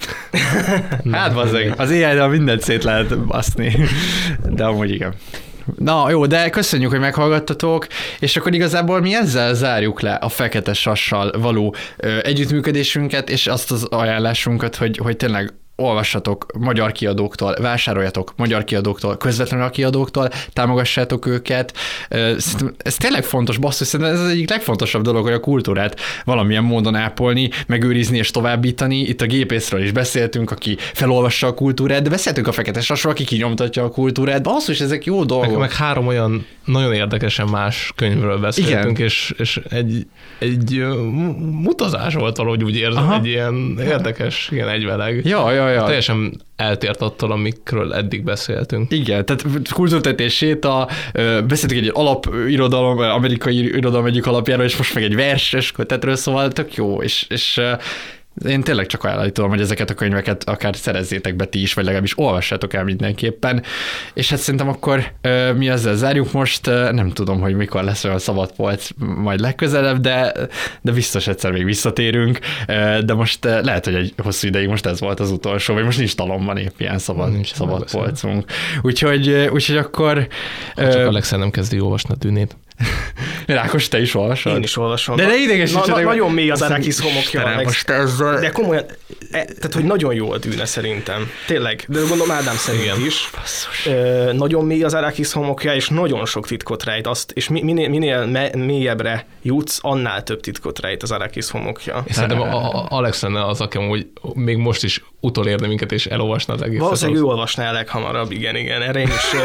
Hát bazzeg, az AI-dal mindent szét lehet baszni. De amúgy igen. Na jó, de köszönjük, hogy meghallgattatok, és akkor igazából mi ezzel zárjuk le a Fekete Sassal való együttműködésünket, és azt az ajánlásunkat, hogy tényleg olvassatok magyar kiadóktól, vásároljatok magyar kiadóktól, közvetlenül a kiadóktól, támogassátok őket. Ez tényleg fontos, basszus, szerintem ez az egyik legfontosabb dolog, hogy a kultúrát valamilyen módon ápolni, megőrizni és továbbítani. Itt a Gépészről is beszéltünk, aki felolvassa a kultúrát, de beszéltünk a Fekete Sasról, aki kinyomtatja a kultúrát. Basszus, ezek jó dolgok. Meg 3 olyan nagyon érdekesen más könyvről beszéltünk, és egy utazás volt valahogy úgy érzem, egy ilyen érdekes, ilyen egyveleg. Ja. Teljesen eltért attól, amikről eddig beszéltünk. Igen, tehát kultúrtetés séta, beszéltünk egy alapirodalom, amerikai irodalom egyik alapjáról, és most meg egy verses kötetről, szóval tök jó, és én tényleg csak ajánlani tudom, hogy ezeket a könyveket akár szerezzétek be ti is, vagy legalábbis olvassátok el mindenképpen. És hát szerintem akkor mi ezzel zárjuk most, nem tudom, hogy mikor lesz olyan szabadpolc majd legközelebb, de biztos egyszer még visszatérünk, de most lehet, hogy egy hosszú ideig most ez volt az utolsó, vagy most nincs talomban épp ilyen szabad polcunk. Úgyhogy akkor... Csak Alexa nem kezdi olvasni a Dűnét. Rákos, te is olvasod? Én is olvasom. De idegesítsetek. Nagyon mély az Arrakis homokja. De komolyan, tehát hogy nagyon jó a Dűne szerintem. Tényleg, de gondolom Ádám szerint is. Nagyon mély az Arrakis homokja, és nagyon sok titkot rejt. És minél mélyebbre jutsz, annál több titkot rejt az Arrakis homokja. És szerintem Alex lenne az, aki amúgy még most is utolérne minket, és elolvasna az egészet. Valószínűleg ő olvasná el leghamarabb, igen. Erre én is...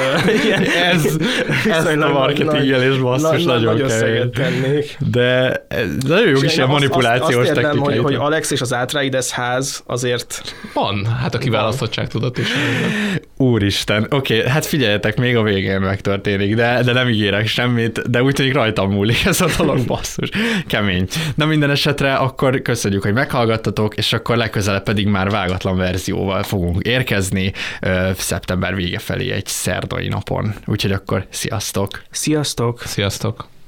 ez a marketingelés basszus nagyon tennék. De nagyon jó kis ilyen manipulációs technikai. Azt értem, hogy Alex és az Atreides ház azért... Van, hát a kiválasztottság tudat is. Úristen, oké, hát figyeljetek, még a végén megtörténik, de nem ígérek semmit, de úgy tűnik rajtam múlik ez a dolog, basszus. Kemény. Na minden esetre akkor köszönjük, hogy meghallgattatok, és akkor legközelebb pedig már vágatlan verzióval fogunk érkezni szeptember vége felé egy szerdai napon. Úgyhogy akkor sziasztok! Sziasztok! Sziasztok!